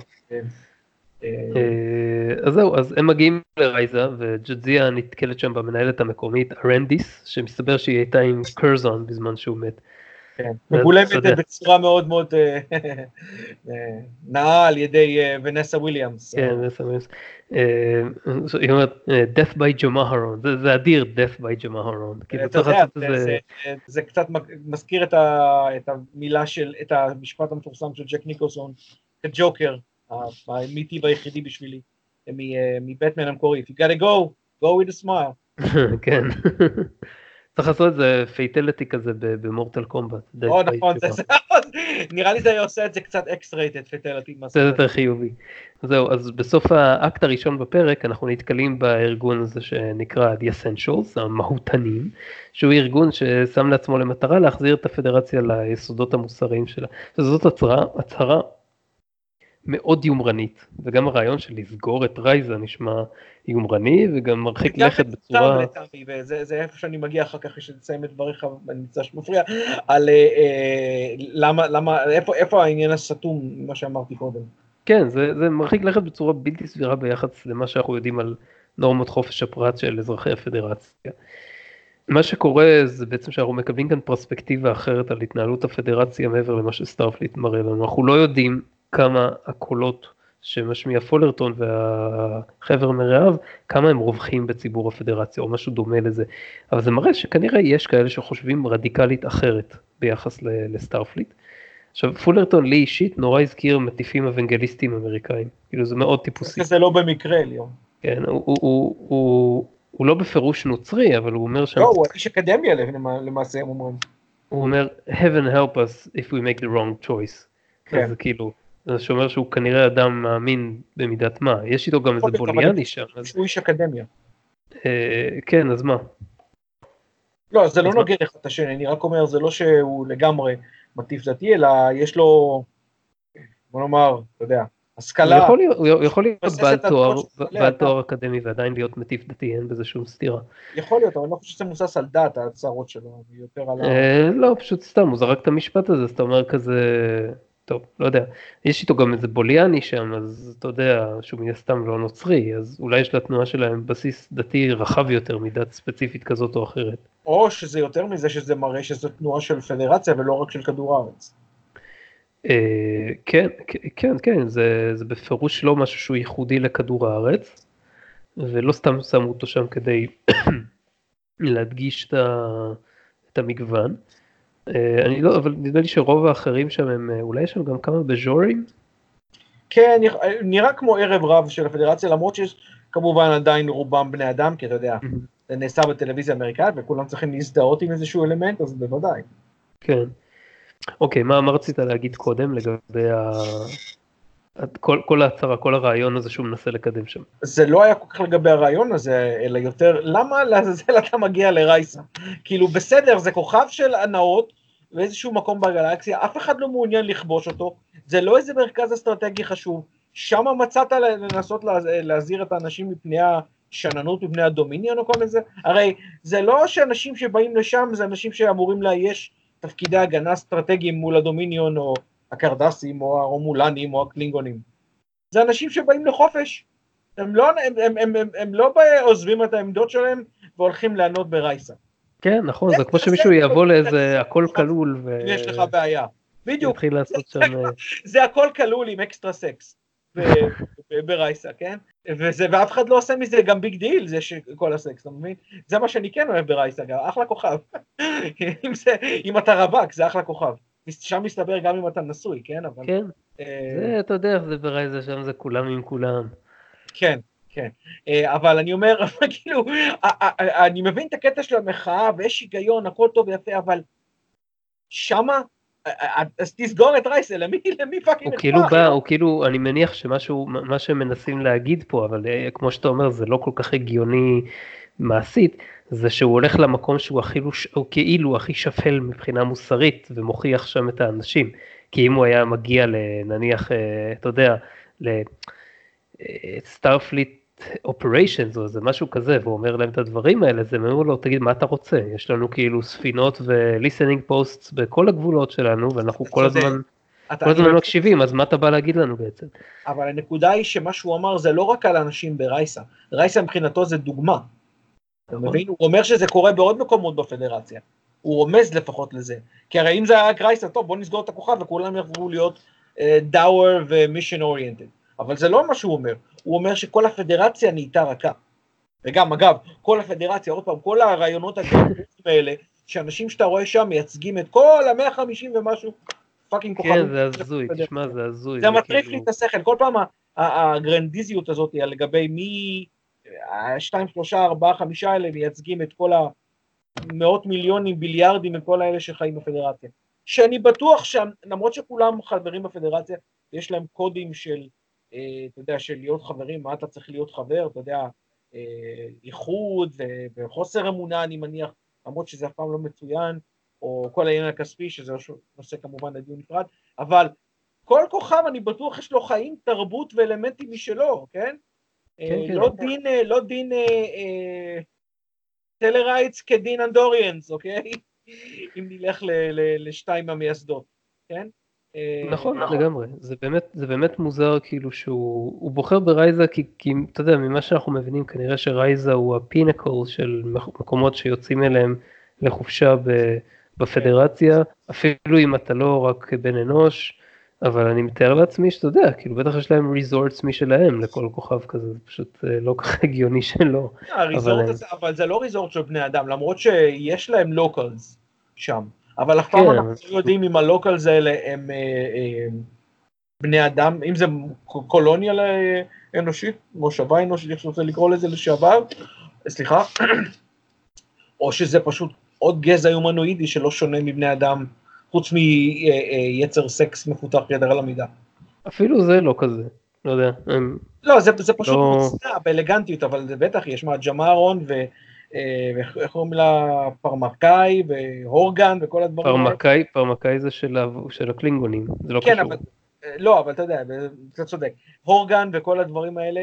אז זהו, אז הם מגיעים לרייזה, וג'טזיה נתקלת שם במנהלת המקומית, ארנדיס, שמסתבר שהיא הייתה עם קרזון בזמן שהוא מת. כן, מגולמת אתה יודע, בצורה מאוד מאוד נאה על ידי ונסה וויליאמס. כן, היא אומרת, death by ג'מהרון, זה אדיר, death by ג'מהרון, כאילו אתה צריך יודע, לעשות איזה, זה קצת מזכיר את המילה את המשפט המפורסם של ג'ק ניקולסון, כג'וקר, המיטיב היחידי בשבילי, מבטמן המקורי. If you gotta go, go with a smile. כן, צריך לעשות איזה פייטליטי כזה במורטל קומבט, או death by נכון, ג'מהרון. נראה לי זה היה עושה את זה קצת X-rated fatality זה מהסוג הזה. יותר חיובי. זהו, אז בסוף האקט הראשון בפרק אנחנו נתקלים בארגון הזה שנקרא The Essentials, המהותנים, שהוא ארגון ששם לעצמו למטרה להחזיר את הפדרציה ליסודות המוסריים שלה. וזאת הצהרה מאוד יומרנית, וגם הרעיון של לסגור את רייזה נשמע יומרני וגם מרחיק וגם לכת מטומטם בצורה... לטעמי, וזה איפה שאני מגיע אחר כך, כשתסיים את דבריך, אני מצטער שמפריע, על איפה העניין הסתום, מה שאמרתי קודם. כן, זה מרחיק לכת בצורה בלתי סבירה ביחס למה שאנחנו יודעים על נורמות חופש הפרט של אזרחי הפדרציה. מה שקורה זה בעצם שאנחנו מקבלים כאן פרספקטיבה אחרת על התנהלות הפדרציה מעבר למה שסטארפליט מראה לנו. אנחנו לא יודעים כמה הקולות שמשמיע פולרטון והחבר מרעיו, כמה הם רווחים בציבור הפדרציה או משהו דומה לזה. אבל זה מראה שכנראה יש כאלה שחושבים רדיקלית אחרת ביחס לסטארפליט. עכשיו פולרטון לי אישית נורא הזכיר מטיפים אוונגליסטים אמריקאים, כאילו זה מאוד טיפוסי. זה לא במקרה, ליאון. כן, הוא לא בפירוש נוצרי, אבל הוא אומר שם... לא, הוא איש אקדמיה למעשה, הם אומרים. הוא אומר, heaven help us if we make the wrong choice. כן. אז כאילו, זה שאומר שהוא כנראה אדם מאמין במידת מה. יש איתו גם איזה בוליאני שם. הוא איש אקדמיה. כן, אז מה? לא, זה לא נוגד אחד את השני, אני רק אומר, זה לא שהוא לגמרי מטיף דתי, אלא יש לו, בוא נאמר, אתה יודע, השכלה. הוא יכול להיות בעל תואר אקדמי ועדיין להיות מטיף דתי, אין בזה שום סתירה. יכול להיות, אבל אני לא חושב שזה מבוסס על דת, ההצהרות שלו, יותר על לא, פשוט סתם, הוא זרק את המשפט הזה, אז אתה אומר כזה, טוב, לא יודע, יש איתו גם איזה בוליאני שם, אז אתה יודע שהוא מן הסתם לא נוצרי, אז אולי יש לתנועה שלהם בסיס דתי רחב יותר מדת ספציפית כזאת או אחרת. או שזה יותר מזה שזה מראה שזו תנועה של פדרציה ולא רק של כדור הארץ. כן, כן, כן, זה בפירוש לא משהו שהוא ייחודי לכדור הארץ, ולא סתם שמו אותו שם כדי להדגיש את המגוון. אני לא, אבל נדמה לי שרוב האחרים שם הם, אולי יש שם גם כמה בז'ורים? כן, נראה כמו ערב רב של הפדרציה, למרות שיש כמובן עדיין רובם בני אדם, כי אתה יודע, זה נעשה בטלוויזיה האמריקאית, וכולם צריכים להזדהות עם איזשהו אלמנט, אז בוודאי. כן. אוקיי, מה רצית להגיד קודם לגבי כל ההצהרה, כל הרעיון הזה שהוא מנסה לקדם שם? זה לא היה כל כך לגבי הרעיון הזה, אלא יותר, למה לעזאזל אתה מגיע לרייסה? כאילו בסדר, זה כוכב של הנאות, באיזשהו מקום בגלקסיה, אף אחד לא מעוניין לכבוש אותו, זה לא איזה מרכז אסטרטגי חשוב, שם מצאת לנסות להזהיר את האנשים מפני השננות, מפני הדומיניון או כל זה, הרי זה לא שאנשים שבאים לשם, זה אנשים שאמורים לאייש תפקידי הגנה אסטרטגיים מול הדומיניון או הקרדסים או הרומולנים או הקלינגונים. זה אנשים שבאים לחופש, הם לא עוזבים את העמדות שלהם והולכים לענות ברייסה. כן, נכון, זה כמו שמישהו יבוא לאיזה הכל כלול יש לך בעיה. בדיוק. יתחיל לעשות שם... זה הכל כלול עם אקסטרה סקס ברייסה, כן? ואף אחד לא עושה מזה גם ביג דיל, זה שכל הסקס, אתה מבין? זה מה שאני כן אוהב ברייסה, אחלה כוכב. אם אתה רווק, זה אחלה כוכב. שם מסתבר גם אם אתה נשוי, כן? כן, זה, אתה יודע, זה ברייסה שם, זה כולם עם כולם. כן, כן. אבל אני אומר, כאילו, אני מבין את הקטע של המחאה, ויש היגיון, הכל טוב ויפה, אבל שמה, אז תסגור את רייסה, למי פאקינג אכפת? הוא כאילו, אני מניח מה שהם מנסים להגיד פה, אבל כמו שאתה אומר, זה לא כל כך הגיוני מעשית, זה שהוא הולך למקום שהוא כאילו הכי שפל מבחינה מוסרית, ומוכיח שם את האנשים, כי אם הוא היה מגיע לנניח, אתה יודע, סטארפליט אופריישנס או זה משהו כזה, והוא אומר להם את הדברים האלה, זה אומר לו, תגיד, מה אתה רוצה? יש לנו כאילו ספינות וליסנינג פוסטס בכל הגבולות שלנו, ואנחנו כל הזמן מקשיבים, אז מה אתה בא להגיד לנו בעצם? אבל הנקודה היא שמה שהוא אמר זה לא רק על אנשים ברייסה, רייסה מבחינתו זה דוגמה, אתה מבין? הוא אומר שזה קורה בעוד מקומות בפדרציה, הוא רומז לפחות לזה, כי הרי אם זה היה רק רייסה, טוב בוא נסגור את הכוכב וכולם יחזרו להיות דאואר ומישן אוריינטד, אבל זה לא מה שהוא אומר, הוא אומר שכל הפדרציה נהייתה רכה, וגם אגב, כל הפדרציה, עוד פעם, כל הרעיונות הגרנדיים האלה, שאנשים שאתה רואה שם מייצגים את כל ה-150 ומשהו, פאקינג כוכבים. כן, זה הזוי, תשמע, זה הזוי. זה מטריף לי את השכל, כל פעם הגרנדיזיות הזאת, לגבי מי, 2, 3, 4, 5 האלה, מייצגים את כל המאות מיליונים, ביליארדים, וכל האלה שחיים בפדרציה. שאני בטוח שלמרות שכולם חברים בפדרציה, יש להם קודים של, אתה יודע, של להיות חברים, מה אתה צריך להיות חבר, אתה יודע, איחוד וחוסר אמונה, אני מניח, למרות שזה אף פעם לא מצוין, או כל העניין הכספי, שזה נושא כמובן לדיון נפרד, אבל כל כוכב אני בטוח יש לו חיים, תרבות ואלמנטים משלו, כן? לא דין טלרייטס כדין אנדוריאנס, אוקיי? אם נלך לשתיים המייסדות, כן? נכון, לגמרי, זה באמת מוזר כאילו שהוא בוחר ברייזה כי אתה יודע, ממה שאנחנו מבינים כנראה שרייזה הוא הפינקל של מקומות שיוצאים אליהם לחופשה בפדרציה, אפילו אם אתה לא רק בן אנוש, אבל אני מתאר לעצמי שאתה יודע, כאילו בטח יש להם ריזורטס משלהם לכל כוכב כזה, זה פשוט לא כך הגיוני שלא. אבל זה לא ריזורט של בני אדם, למרות שיש להם לוקלס שם. אבל אף פעם אנחנו לא יודעים אם הלוקלס האלה הם בני אדם, אם זה קולוניה אנושית, מושבה אנושית, איך שרוצה לקרוא לזה לשעבר, סליחה, או שזה פשוט עוד גזע יומנואידי שלא שונה מבני אדם, חוץ מיצר סקס מפותח יתר על המידה. אפילו זה לא כזה, לא יודע. לא, זה פשוט מוצנע באלגנטיות, אבל זה בטח יש מה ג'מארון ואיך אומרים לה, פרמקאי והורגן וכל הדברים האלה. פרמקאי זה של הקלינגונים, זה לא קשור. לא, אבל אתה יודע, אתה צודק. הורגן וכל הדברים האלה,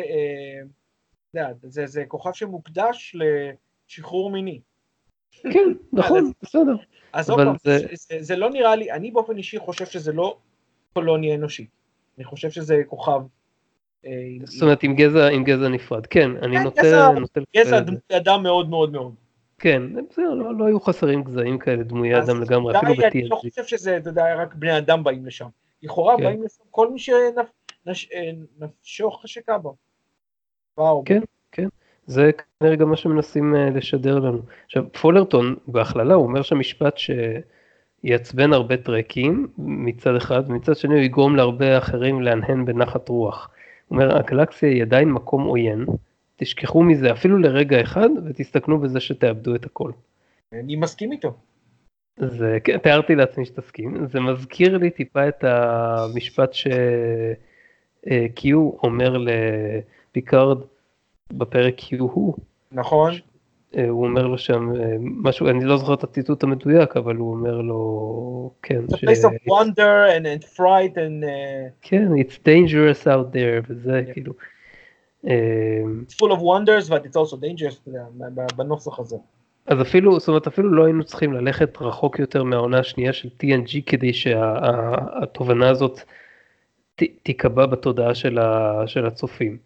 זה כוכב שמוקדש לשחרור מיני. כן, נכון, בסדר. אז עוד פעם, זה לא נראה לי, אני באופן אישי חושב שזה לא קולוניה אנושית. אני חושב שזה כוכב... זאת אומרת, עם גזע נפרד. כן, אני נוטה... גזע דמוי אדם מאוד מאוד מאוד. כן, לא היו חסרים גזעים כאלה, דמוי אדם לגמרי, אפילו ב-TNG. אני לא חושב שזה, אתה יודע, רק בני אדם באים לשם. לכאורה באים לשם כל מי שנפשו חשקה בו. כן, כן. זה כנראה גם מה שמנסים לשדר לנו. עכשיו, פולרטון בהכללה, הוא אומר שהמשפט שיעצבן הרבה טרקים מצד אחד, ומצד שני הוא יגרום להרבה אחרים להנהן בנחת רוח. הוא אומר, הגלקסיה היא עדיין מקום עוין, תשכחו מזה אפילו לרגע אחד, ותסתכנו בזה שתאבדו את הכל. אני מסכים איתו. תיארתי לעצמי שתסכים. זה מזכיר לי טיפה את המשפט שקיו אומר לפיקארד, בפרק הוא. נכון. הוא אומר לו שם משהו, אני לא זוכר את הציטוט המדויק, אבל הוא אומר לו, כן. It's a place of wonder and fright and... כן, it's dangerous out there, וזה כאילו. It's full of wonders, but it's also dangerous, בנוסח הזה. אז אפילו, זאת אומרת, אפילו לא היינו צריכים ללכת רחוק יותר מהעונה השנייה של TNG, כדי שהתובנה הזאת תיקבע בתודעה של הצופים.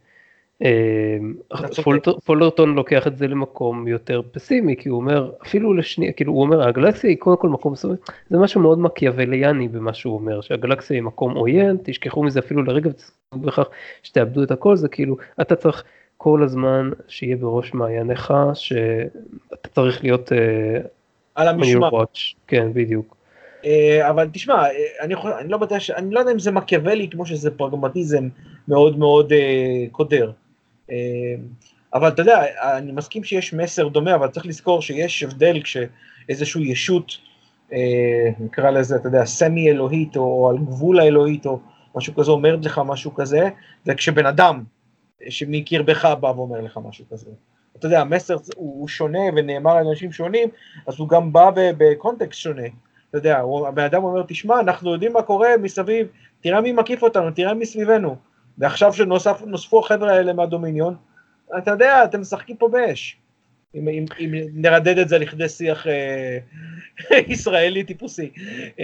פולרטון לוקח את זה למקום יותר פסימי, כי הוא אומר, אפילו לשנייה, כאילו הוא אומר, הגלקסיה היא קודם כל מקום, זה משהו מאוד מקיאווליאני במה שהוא אומר, שהגלקסיה היא מקום עוין, תשכחו מזה אפילו לרגע, ותסתכלו בכך שתאבדו את הכל, זה כאילו, אתה צריך כל הזמן שיהיה בראש מעייניך, שאתה צריך להיות על המשמע. כן, בדיוק. אבל תשמע, אני לא יודע אם זה מקיאוולי, כמו שזה פרגמטיזם מאוד מאוד קודר. אבל אתה יודע, אני מסכים שיש מסר דומה, אבל צריך לזכור שיש הבדל כשאיזשהו ישות, נקרא לזה, אתה יודע, סמי אלוהית, או על גבול האלוהית, או משהו כזה, אומרת לך משהו כזה, וכשבן אדם שמקרבך בא ואומר לך משהו כזה. אתה יודע, המסר הוא שונה ונאמר על אנשים שונים, אז הוא גם בא בקונטקסט שונה. אתה יודע, הבן אדם אומר, תשמע, אנחנו יודעים מה קורה מסביב, תראה מי מקיף אותנו, תראה מי סביבנו. ועכשיו שנוספו החבר'ה האלה מהדומיניון, אתה יודע, אתם משחקים פה באש. אם נרדד את זה לכדי שיח ישראלי טיפוסי.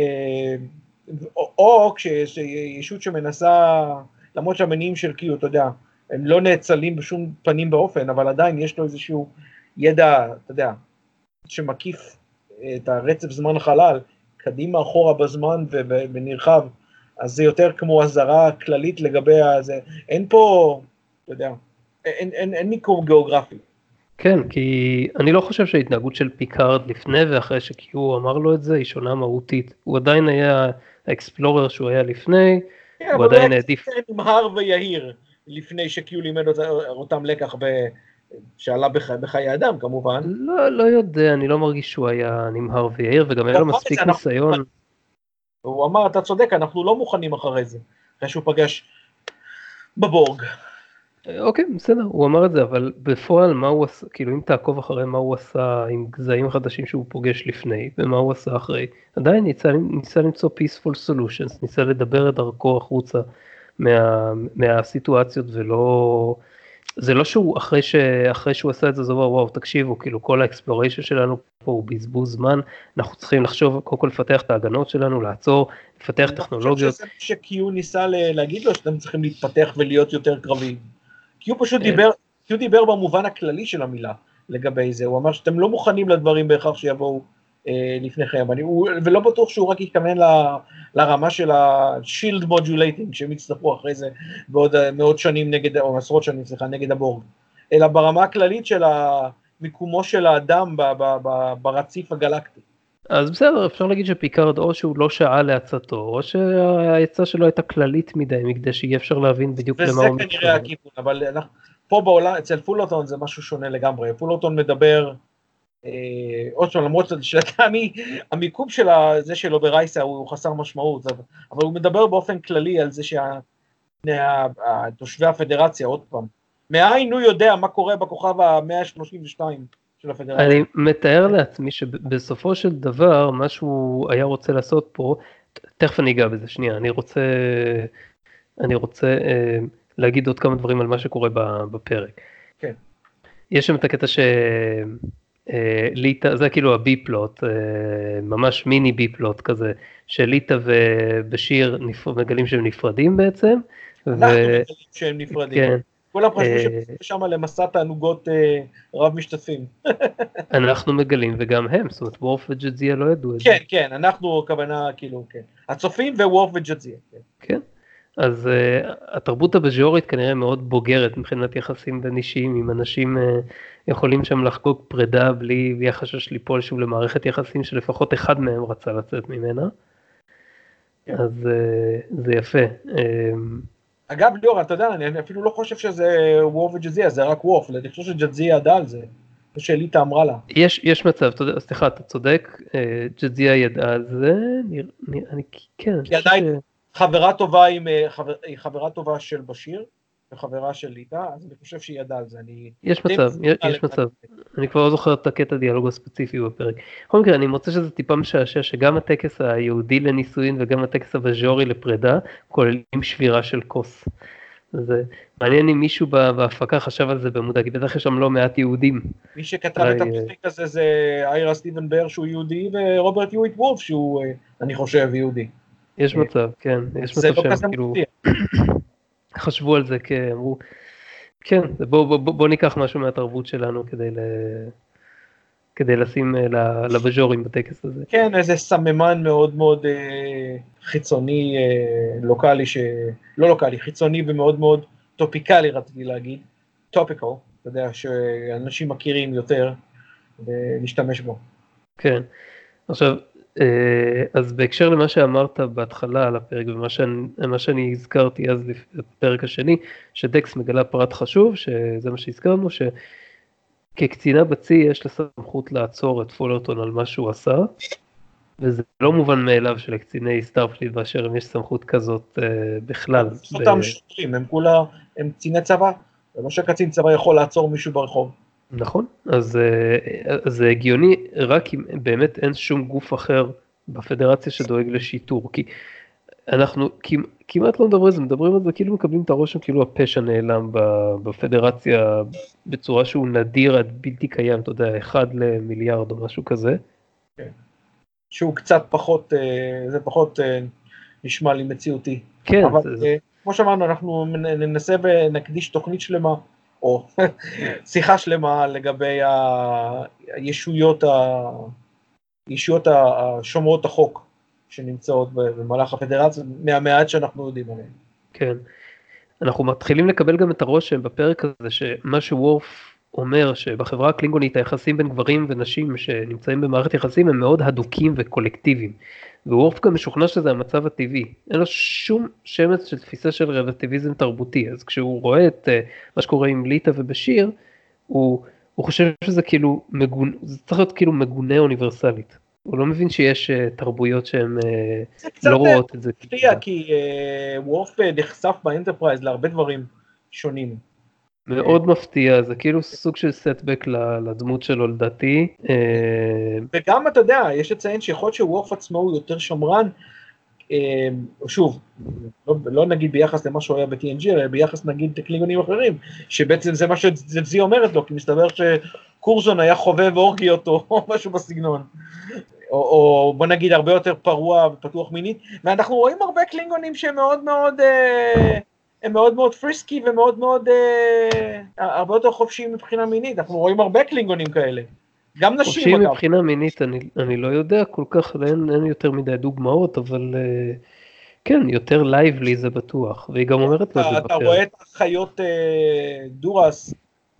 או כשישות שמנסה, למרות שהמניעים של קיו, אתה יודע, הם לא נאצלים בשום פנים באופן, אבל עדיין יש לו איזשהו ידע, אתה יודע, שמקיף את הרצף זמן חלל, קדימה אחורה בזמן ונרחב, אז זה יותר כמו הזרה כללית לגבי זה, אין פה, אתה יודע, אין מיקום גיאוגרפי. כן, כי אני לא חושב שההתנהגות של פיקארד לפני ואחרי שקיו אמר לו את זה היא שונה מהותית. הוא עדיין היה האקספלורר שהוא היה לפני, כן, הוא אבל הוא עדיין היה העדיף. קצת נמהר ויהיר, לפני שקיו לימד אותם לקח שעלה בחיי אדם כמובן. לא יודע, אני לא מרגיש שהוא היה נמהר ויעיר, וגם היה לו מספיק ניסיון. הוא אמר, אתה צודק, אנחנו לא מוכנים אחרי זה, אחרי שהוא פגש בבורג. אוקיי, בסדר, הוא אמר את זה, אבל בפועל מה הוא עשה, כאילו אם תעקוב אחרי מה הוא עשה עם גזעים חדשים שהוא פוגש לפני, ומה הוא עשה אחרי, עדיין ניסה למצוא peaceful solutions, ניסה לדבר את דרכו החוצה מהסיטואציות, ולא, זה לא שהוא אחרי שהוא עשה את זה, זה אומר, וואו, תקשיבו, כאילו כל האקספלוריישן שלנו פה הוא בזבוז זמן, אנחנו צריכים לחשוב, קודם כל לפתח את ההגנות שלנו, לעצור, לפתח טכנולוגיות. אני חושב שזה שקיו ניסה להגיד לו שאתם צריכים להתפתח ולהיות יותר קרביים. כי הוא פשוט דיבר במובן הכללי של המילה לגבי זה, הוא אמר שאתם לא מוכנים לדברים בהכרח שיבואו לפניכם, ולא בטוח שהוא רק יתכוון לרמה של ה-shield modulating, שהם יצטרכו אחרי זה בעוד מאות שנים נגד, או עשרות שנים, סליחה, נגד הבורג, אלא ברמה הכללית של מיקומו של האדם ברציף הגלקטי. אז בסדר, אפשר להגיד שפיקארד או שהוא לא שעה לעצתו, או שהעצה שלו הייתה כללית מדי, מכדי שיהיה אפשר להבין בדיוק למה הוא מתכוון. וזה כנראה הכיוון, אבל פה בעולם, אצל פולרטון זה משהו שונה לגמרי, פולרטון מדבר, עוד שם, למרות שלטעמי, המיקום של זה שלו ברייסה הוא חסר משמעות, אבל הוא מדבר באופן כללי על זה שתושבי הפדרציה, עוד פעם, מאין הוא יודע מה קורה בכוכב ה-132 של הפדרציה. אני מתאר לעצמי שבסופו של דבר, מה שהוא היה רוצה לעשות פה, תכף אני אגע בזה, שנייה, אני רוצה להגיד עוד כמה דברים על מה שקורה בפרק. כן. יש שם את הקטע ליטה, זה כאילו הבי פלוט, ממש מיני בי פלוט כזה, שליטה ובשיר מגלים שהם נפרדים בעצם. אנחנו מגלים שהם נפרדים. כן. כולם חשבו ששם למסע תענוגות רב משתתפים. אנחנו מגלים וגם הם, זאת אומרת וורף וג'דזיה לא ידעו את זה. כן, כן, אנחנו הכוונה כאילו, כן. הצופים ווורף וג'דזיה. כן. אז התרבות הבז'ורית כנראה מאוד בוגרת מבחינת יחסים בין אישיים, אם אנשים יכולים שם לחגוג פרידה בלי החשש ליפול שוב למערכת יחסים שלפחות אחד מהם רצה לצאת ממנה. אז זה יפה. אגב ליאור, אתה יודע, אני אפילו לא חושב שזה וורף וג'דזיה, זה רק וורף, אני חושב שג'דזיה ידעה על זה, כמו שאליטה אמרה לה. יש מצב, סליחה, אתה צודק, ג'דזיה ידעה על זה, כן. כי עדיין חברה טובה היא חברה טובה של בשיר, וחברה של ליטה, אז אני חושב שהיא ידעה על זה. יש מצב, אני כבר לא זוכר את הקטע הדיאלוג הספציפי בפרק. בכל מקרה, אני מוצא שזה טיפה משעשע שגם הטקס היהודי לנישואין וגם הטקס הבז'ורי לפרידה, כוללים שבירה של כוס. זה מעניין אם מישהו בהפקה חשב על זה במודע, כי בטח יש שם לא מעט יהודים. מי שכתב את הפרק הזה זה איירה סטיבן בר שהוא יהודי, ורוברט יואיט וולף שהוא, אני חושב, יהודי. יש מצב, כן, יש מצב שהם כאילו חשבו על זה, אמרו, כן, בוא ניקח משהו מהתרבות שלנו כדי לשים לבז'ורים בטקס הזה. כן, איזה סממן מאוד מאוד חיצוני, לוקלי, לא לוקלי, חיצוני ומאוד מאוד טופיקלי, רציתי להגיד, טופיקל, אתה יודע, שאנשים מכירים יותר ולהשתמש בו. כן, עכשיו, אז בהקשר למה שאמרת בהתחלה על הפרק, ומה שאני הזכרתי אז בפרק השני, שדקס מגלה פרט חשוב, שזה מה שהזכרנו, שכקצינה בצי יש לה סמכות לעצור את פולרטון על מה שהוא עשה, וזה לא מובן מאליו שלקציני סטארפליט באשר הם יש סמכות כזאת בכלל. אותם שוטרים, הם קציני צבא, זה לא שקצין צבא יכול לעצור מישהו ברחוב. נכון, אז זה הגיוני רק אם באמת אין שום גוף אחר בפדרציה שדואג לשיטור, כי אנחנו כמעט לא מדברים על זה, מדברים על זה כאילו מקבלים את הרושם כאילו הפשע נעלם בפדרציה בצורה שהוא נדיר עד בלתי קיים, אתה יודע, 1 למיליארד או משהו כזה. כן. שהוא קצת פחות, זה פחות נשמע לי מציאותי. כן. אבל כמו שאמרנו, אנחנו ננסה ונקדיש תוכנית שלמה, או שיחה שלמה לגבי הישויות אישיות השומרות החוק שנמצאות במהלך הפדרציה, מהמעט שאנחנו יודעים עליהן. כן. אנחנו מתחילים לקבל גם את הרושם בפרק הזה, שמה שוורף אומר, שבחברה הקלינגונית היחסים בין גברים ונשים שנמצאים במערכת יחסים הם מאוד הדוקים וקולקטיביים. ווורף גם משוכנע שזה המצב הטבעי. אין לו שום שמץ של תפיסה של רלטיביזם תרבותי. אז כשהוא רואה את מה שקורה עם ליטה ובשיר, הוא חושב שזה כאילו זה צריך להיות כאילו מגונה אוניברסלית. הוא לא מבין שיש תרבויות שהן לא רואות את זה. זה קצת מפתיע, כי וורף נחשף באנטרפרייז להרבה דברים שונים. מאוד מפתיע, זה כאילו סוג של סטבק לדמות שלו לדעתי. וגם אתה יודע, יש לציין שיכול להיות שוורף עצמו הוא יותר שמרן, שוב, לא נגיד ביחס למה שהוא היה ב-TNG, אלא ביחס נגיד לקלינגונים אחרים, שבעצם זה מה שזי אומרת לו, כי מסתבר שקורזון היה חובב אורגיות או משהו בסגנון. או בוא נגיד הרבה יותר פרוע ופתוח מינית, ואנחנו רואים הרבה קלינגונים שהם מאוד מאוד, הם מאוד מאוד פריסקי ומאוד מאוד, הרבה יותר חופשיים מבחינה מינית, אנחנו רואים הרבה קלינגונים כאלה, גם נשים. חופשיים מבחינה מינית אני לא יודע כל כך, אין יותר מדי דוגמאות, אבל כן, יותר לייבלי זה בטוח, והיא גם אומרת לו את זה בפרק. אתה רואה את החיות דורס,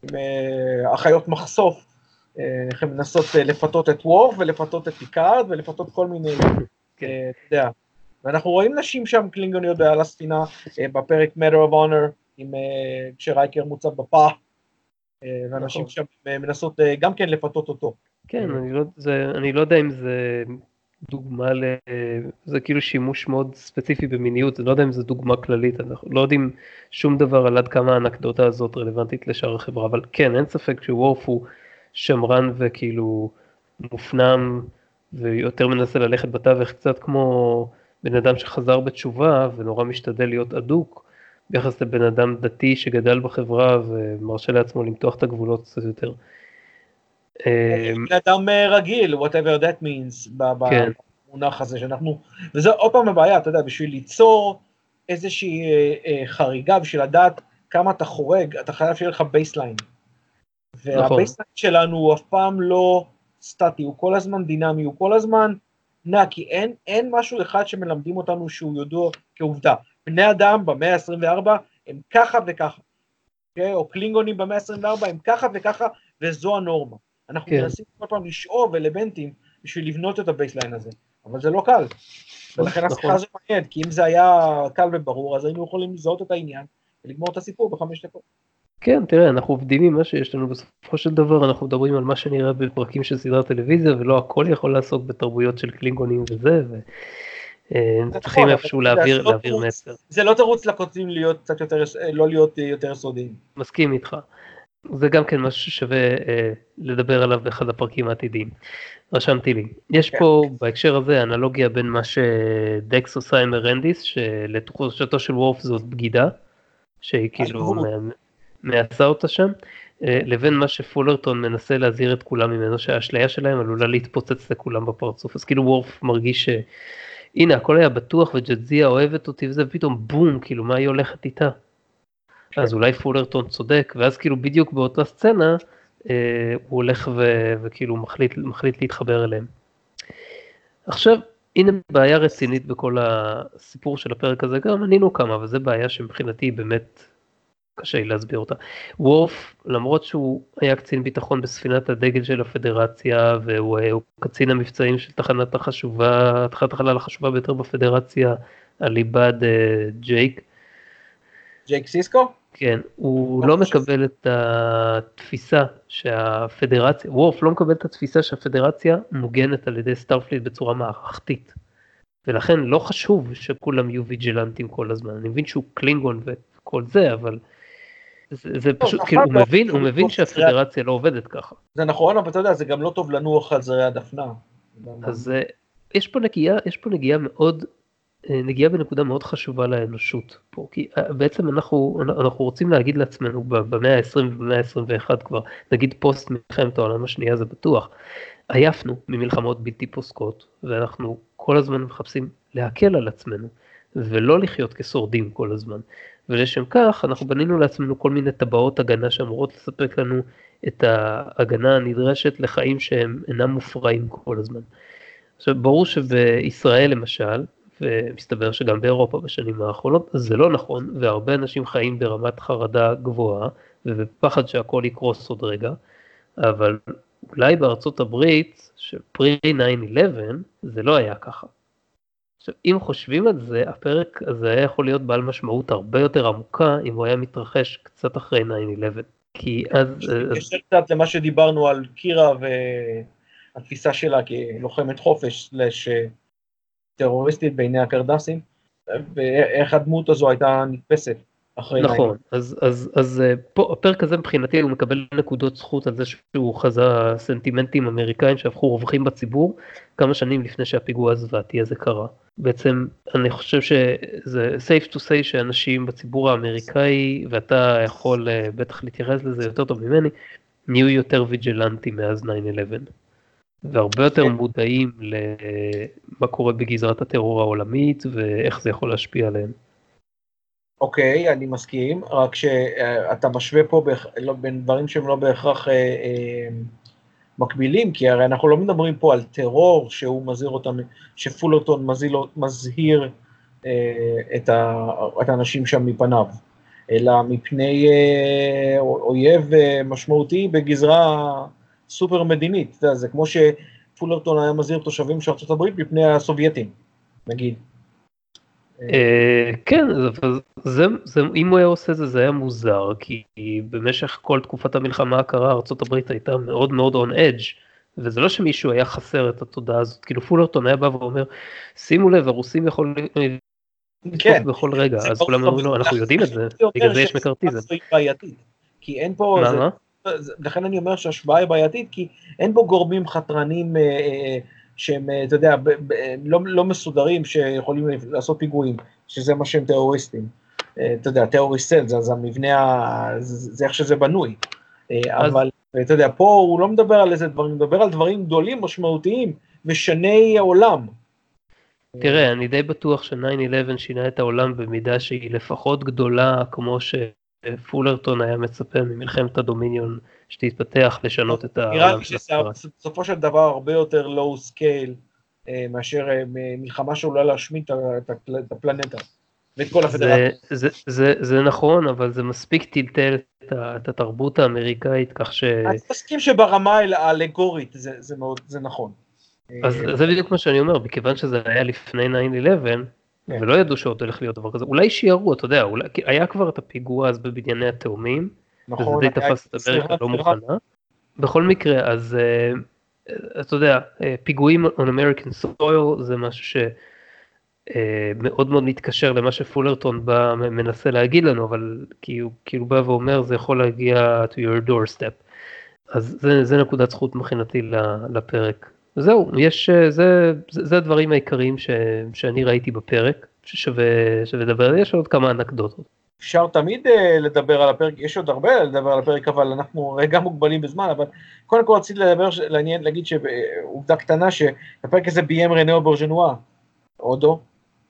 החיות מחשוף, איך הן מנסות לפתות את וורף ולפתות את פיקארד ולפתות כל מיני, אתה יודע. ואנחנו רואים נשים שם קלינגוניות על הספינה, בפרק Matter of Honor, כשרייקר מוצב בפח, ואנשים שם מנסות גם כן לפתות אותו. כן, אני לא יודע אם זה דוגמה, זה כאילו שימוש מאוד ספציפי במיניות, אני לא יודע אם זה דוגמה כללית, אנחנו לא יודעים שום דבר על עד כמה האנקדוטה הזאת רלוונטית לשאר החברה, אבל כן, אין ספק שוורף הוא שמרן וכאילו מופנם, ויותר מנסה ללכת בתווך, קצת כמו בן אדם שחזר בתשובה, ונורא משתדל להיות אדוק, ביחס לבן אדם דתי שגדל בחברה, ומרשה לעצמו למתוח את הגבולות קצת יותר. בן אדם רגיל, whatever that means, במונח הזה שאנחנו, וזה עוד פעם הבעיה, אתה יודע, בשביל ליצור איזושהי חריגה, בשביל לדעת כמה אתה חורג, אתה חייב שיהיה לך בייסליין. והבייסליין שלנו הוא אף פעם לא סטטי, הוא כל הזמן דינמי, הוא כל הזמן נע, כי אין משהו אחד שמלמדים אותנו שהוא ידוע כעובדה. בני אדם במאה ה-24 הם ככה וככה, או קלינגונים במאה ה-24 הם ככה וככה, וזו הנורמה. אנחנו מנסים כל פעם לשאוב אלמנטים בשביל לבנות את הבייסליין הזה, אבל זה לא קל. ולכן השיחה הזו מעניינת, כי אם זה היה קל וברור, אז היינו יכולים לזהות את העניין, ולגמור את הסיפור ב5 דקות. כן, תראה, אנחנו עובדים עם מה שיש לנו בסופו של דבר, אנחנו מדברים על מה שנראה בפרקים של סדרת טלוויזיה, ולא הכל יכול לעסוק בתרבויות של קלינגונים וזה, וצריכים איפשהו להעביר מסר. זה לא תירוץ לקוצים להיות קצת יותר, לא להיות יותר סודיים. מסכים איתך. זה גם כן משהו ששווה לדבר עליו באחד הפרקים העתידיים. רשמתי לי. יש פה בהקשר הזה אנלוגיה בין מה שדקס עושה עם מרנדיס, שלתחושתו של וורף זאת בגידה, שהיא כאילו מעשה אותה שם, לבין מה שפולרטון מנסה להזהיר את כולם ממנו, שהאשליה שלהם עלולה להתפוצץ לכולם בפרצוף. אז כאילו וורף מרגיש הנה, הכל היה בטוח וג'טזיה אוהבת אותי וזה, ופתאום בום, כאילו מה היא הולכת איתה? אז אולי פולרטון צודק, ואז כאילו בדיוק באותה סצנה, הוא הולך וכאילו מחליט להתחבר אליהם. עכשיו, הנה בעיה רצינית בכל הסיפור של הפרק הזה, גם ענינו כמה, אבל זו בעיה שמבחינתי באמת קשה לי להסביר אותה. וורף, למרות שהוא היה קצין ביטחון בספינת הדגל של הפדרציה, והוא קצין המבצעים של תחנת החלל החשובה ביותר בפדרציה, על איבד ג'ייק. ג'ייק סיסקו? כן, הוא לא מקבל את התפיסה שהפדרציה, וורף לא מקבל את התפיסה שהפדרציה מוגנת על ידי סטארפליט בצורה מערכתית. ולכן לא חשוב שכולם יהיו ויג'לנטים כל הזמן. אני מבין שהוא קלינגון וכל זה, אבל זה פשוט, כאילו הוא מבין שהפדרציה לא עובדת ככה. זה נכון, אבל אתה יודע, זה גם לא טוב לנוח על זרי הדפנה. אז יש פה נגיעה בנקודה מאוד חשובה לאנושות פה, כי בעצם אנחנו רוצים להגיד לעצמנו במאה ה-20 ובמאה ה-21 כבר, נגיד פוסט מלחמת העולם השנייה זה בטוח, עייפנו ממלחמות בלתי פוסקות, ואנחנו כל הזמן מחפשים להקל על עצמנו, ולא לחיות כשורדים כל הזמן, ולשם כך אנחנו בנינו לעצמנו כל מיני טבעות הגנה שאמורות לספק לנו את ההגנה הנדרשת לחיים שהם אינם מופרעים כל הזמן. עכשיו, ברור שבישראל למשל, ומסתבר שגם באירופה בשנים האחרונות, זה לא נכון, והרבה אנשים חיים ברמת חרדה גבוהה, ובפחד שהכל יקרוס עוד רגע, אבל אולי בארצות הברית, שפרי 9/11, זה לא היה ככה. עכשיו, אם חושבים על זה, הפרק הזה היה יכול להיות בעל משמעות הרבה יותר עמוקה, אם הוא היה מתרחש קצת אחרי 9/11. כי אז... קשר קצת למה שדיברנו על קירה והתפיסה שלה כלוחמת חופש, טרוריסטית בעיני הקרדסים, ואיך הדמות הזו הייתה נתפסת אחרי 9/11. נכון, אז פה הפרק הזה מבחינתי הוא מקבל נקודות זכות על זה שהוא חזה סנטימנטים אמריקאים שהפכו רווחים בציבור כמה שנים לפני שהפיגוע הזוועתי הזה קרה. בעצם אני חושב שזה safe to say שאנשים בציבור האמריקאי, ואתה יכול בטח להתייחס לזה יותר טוב ממני, נהיו יותר ויג'לנטים מאז 9/11. והרבה יותר מודעים למה קורה בגזרת הטרור העולמית ואיך זה יכול להשפיע עליהם. אוקיי, אני מסכים, רק שאתה משווה פה בין דברים שהם לא בהכרח מקבילים, כי הרי אנחנו לא מדברים פה על טרור שהוא מזהיר אותם, שפולרטון מזהיר את האנשים שם מפניו, אלא מפני אויב משמעותי בגזרה סופר מדינית. זה כמו שפולרטון היה מזהיר תושבים של ארצות הברית מפני הסובייטים, נגיד. כן, אם הוא היה עושה זה היה מוזר, כי במשך כל תקופת המלחמה הקרה ארצות הברית הייתה מאוד מאוד on edge, וזה לא שמישהו היה חסר את התודעה הזאת, כאילו פולרטון היה בא ואומר, שימו לב, הרוסים יכולים לתקוף בכל רגע, אז כולם אומרים לו, אנחנו יודעים את זה, בגלל זה יש מקארתיזם. כי אין פה, לכן אני אומר שהשוואה היא בעייתית, כי אין פה גורמים חתרנים שהם, אתה יודע, לא מסודרים שיכולים לעשות פיגועים, שזה מה שהם טרוריסטים. אתה יודע, טרוריסט, זה המבנה, זה איך שזה בנוי. אבל, אתה יודע, פה הוא לא מדבר על איזה דברים, הוא מדבר על דברים גדולים, משמעותיים, משני העולם. תראה, אני די בטוח ש9/11 שינה את העולם במידה שהיא לפחות גדולה, כמו שפולרטון היה מצפה ממלחמת הדומיניון שתתפתח לשנות את העולם. נראה לי שבסופו של דבר הרבה יותר לואו סקייל, מאשר מלחמה שעולה להשמיד את הפלנטה, ואת כל הפדרציה. זה נכון, אבל זה מספיק טלטל את התרבות האמריקאית, כך ש... אני מסכים שברמה האלגורית זה נכון. אז זה בדיוק מה שאני אומר, מכיוון שזה היה לפני 9/11, ולא ידעו שעוד הולך להיות דבר כזה, אולי שיערו, אתה יודע, היה כבר את הפיגוע אז בבנייני התאומים, וזה די תפס את אמריקה לא מוכנה. בכל מקרה, אז אתה יודע, פיגועים on American soil זה משהו שמאוד מאוד מתקשר למה שפולרטון מנסה להגיד לנו, אבל כאילו בא ואומר, זה יכול להגיע to your doorstep. אז זה נקודת זכות מבחינתי לפרק. זהו, זה הדברים העיקריים שאני ראיתי בפרק, ששווה לדבר, יש עוד כמה אנקדוטות. אפשר תמיד לדבר על הפרק, יש עוד הרבה לדבר על הפרק, אבל אנחנו רגע מוגבלים בזמן, אבל קודם כל רציתי להגיד שעובדה קטנה, שהפרק הזה ביים רנאו בורג'נואה, אודו.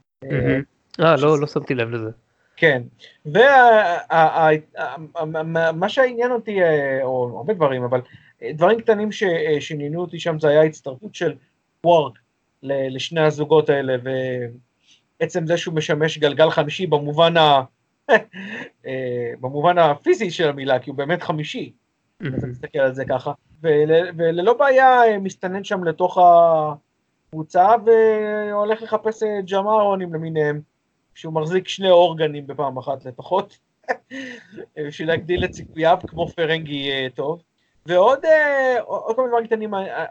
לא שמתי לב לזה. כן, ומה שהעניין אותי, או הרבה דברים, אבל דברים קטנים שעניינו אותי שם, זה היה הצטרפות של וורק לשני הזוגות האלה, ועצם זה שהוא משמש גלגל חמישי במובן הפיזי של המילה, כי הוא באמת חמישי, אתה מסתכל על זה ככה, וללא בעיה מסתנן שם לתוך הקבוצה, והולך לחפש ג'מארונים למיניהם, שהוא מחזיק שני אורגנים בפעם אחת לפחות, בשביל להגדיל את סיכוייו, כמו פרנגי טוב, ועוד כל מיני דברים קטנים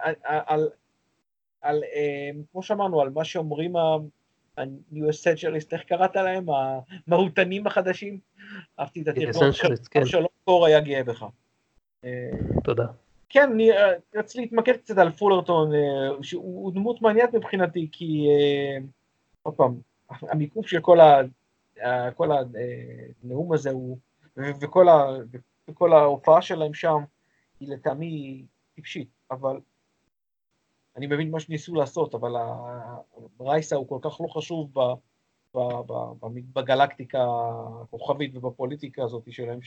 על כמו שאמרנו, על מה שאומרים ה-New Essentialist, איך קראת להם? המהותנים החדשים? אהבתי את התרגום, שלום קור היה גאה בך. תודה. כן, אני רציתי להתמקד קצת על פולרטון, שהוא דמות מעניינת מבחינתי, כי עוד פעם, המיקוף של כל הנאום הזה, וכל ההופעה שלהם שם, היא לטעמי טיפשית, אבל אני מבין מה שניסו לעשות, אבל רייסה הוא כל כך לא חשוב בגלקטיקה הכוכבית ובפוליטיקה הזאת שלהם,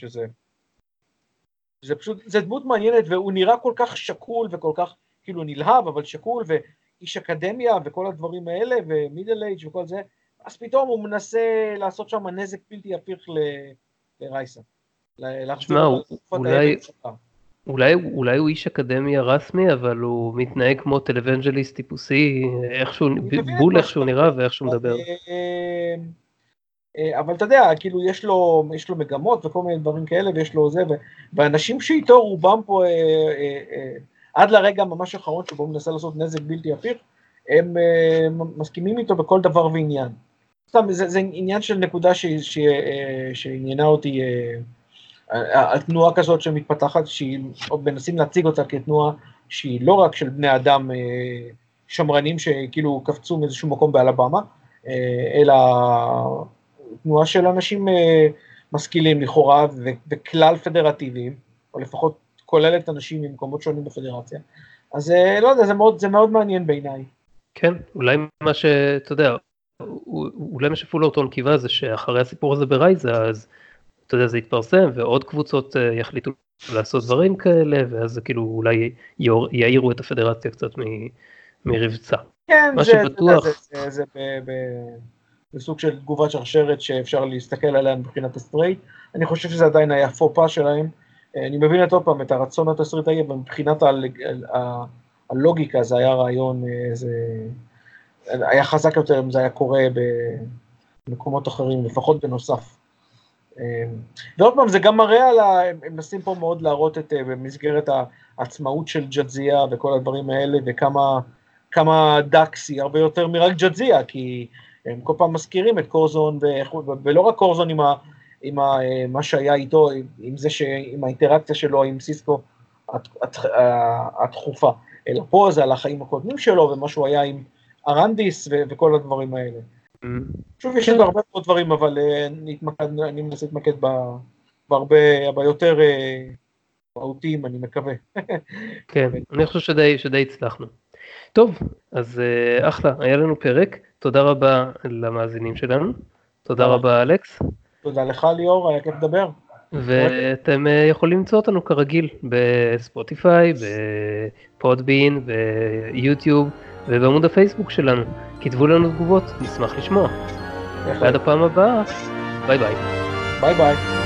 זה פשוט, זה דמות מעניינת, והוא נראה כל כך שקול וכל כך כאילו נלהב, אבל שקול, איש אקדמיה וכל הדברים האלה, ומידל אייג' וכל זה, אז פתאום הוא מנסה לעשות שם נזק בלתי הפיך לרייסה. שמע, אולי הוא איש אקדמיה רסמי, אבל הוא מתנהג כמו טלוונג'ליסט טיפוסי, בול איך שהוא נראה ואיך שהוא מדבר. אבל אתה יודע, כאילו יש לו מגמות וכל מיני דברים כאלה, ויש לו זה, ואנשים שאיתו רובם פה, עד לרגע ממש האחרון שבו הוא מנסה לעשות נזק בלתי הפיך, הם מסכימים איתו בכל דבר ועניין. סתם, זה עניין של נקודה שעניינה אותי, התנועה כזאת שמתפתחת, מנסים להציג אותה כתנועה שהיא לא רק של בני אדם שמרנים שכאילו קפצו מאיזשהו מקום באלבמה, אלא תנועה של אנשים משכילים לכאורה וכלל פדרטיביים, או לפחות כוללת אנשים ממקומות שונים בפדרציה. אז לא יודע, זה מאוד מעניין בעיניי. כן, אולי מה שאתה יודע, אולי מה שפולרטון קיווה זה שאחרי הסיפור הזה ברייזה, אז אתה יודע, זה יתפרסם, ועוד קבוצות יחליטו לעשות דברים כאלה, ואז זה כאילו אולי יעירו את הפדרציה קצת מרבצה. כן, מה שבטוח... זה בסוג של תגובת שרשרת שאפשר להסתכל עליה מבחינת הסטרייט. אני חושב שזה עדיין היה פופה שלהם. אני מבין עוד פעם את הרצון התסריטאי, אבל מבחינת הלוגיקה זה היה רעיון, היה חזק יותר אם זה היה קורה במקומות אחרים, לפחות בנוסף. ועוד פעם, זה גם מראה הם מנסים פה מאוד להראות במסגרת העצמאות של ג'אדזיה וכל הדברים האלה, וכמה דאקס היא הרבה יותר מרק ג'אדזיה, כי הם כל פעם מזכירים את קורזון, ולא רק קורזון עם מה שהיה איתו, עם האינטראקציה שלו עם סיסקו התכופה, אלא פה זה על החיים הקודמים שלו, ומה שהוא היה עם ארנדיס וכל הדברים האלה. שוב, יש עוד הרבה מאוד דברים, אבל אני מנסה להתמקד בהרבה יותר מהותיים, אני מקווה. כן, אני חושב שדי הצלחנו. טוב, אז אחלה, היה לנו פרק, תודה רבה למאזינים שלנו, תודה רבה אלכס. תודה לך ליאור, היה כיף לדבר. ואתם יכולים למצוא אותנו כרגיל בספוטיפיי, בפודבין, ביוטיוב ובעמוד הפייסבוק שלנו. כתבו לנו תגובות, נשמח לשמוע. ועד הפעם הבאה, ביי ביי. ביי ביי.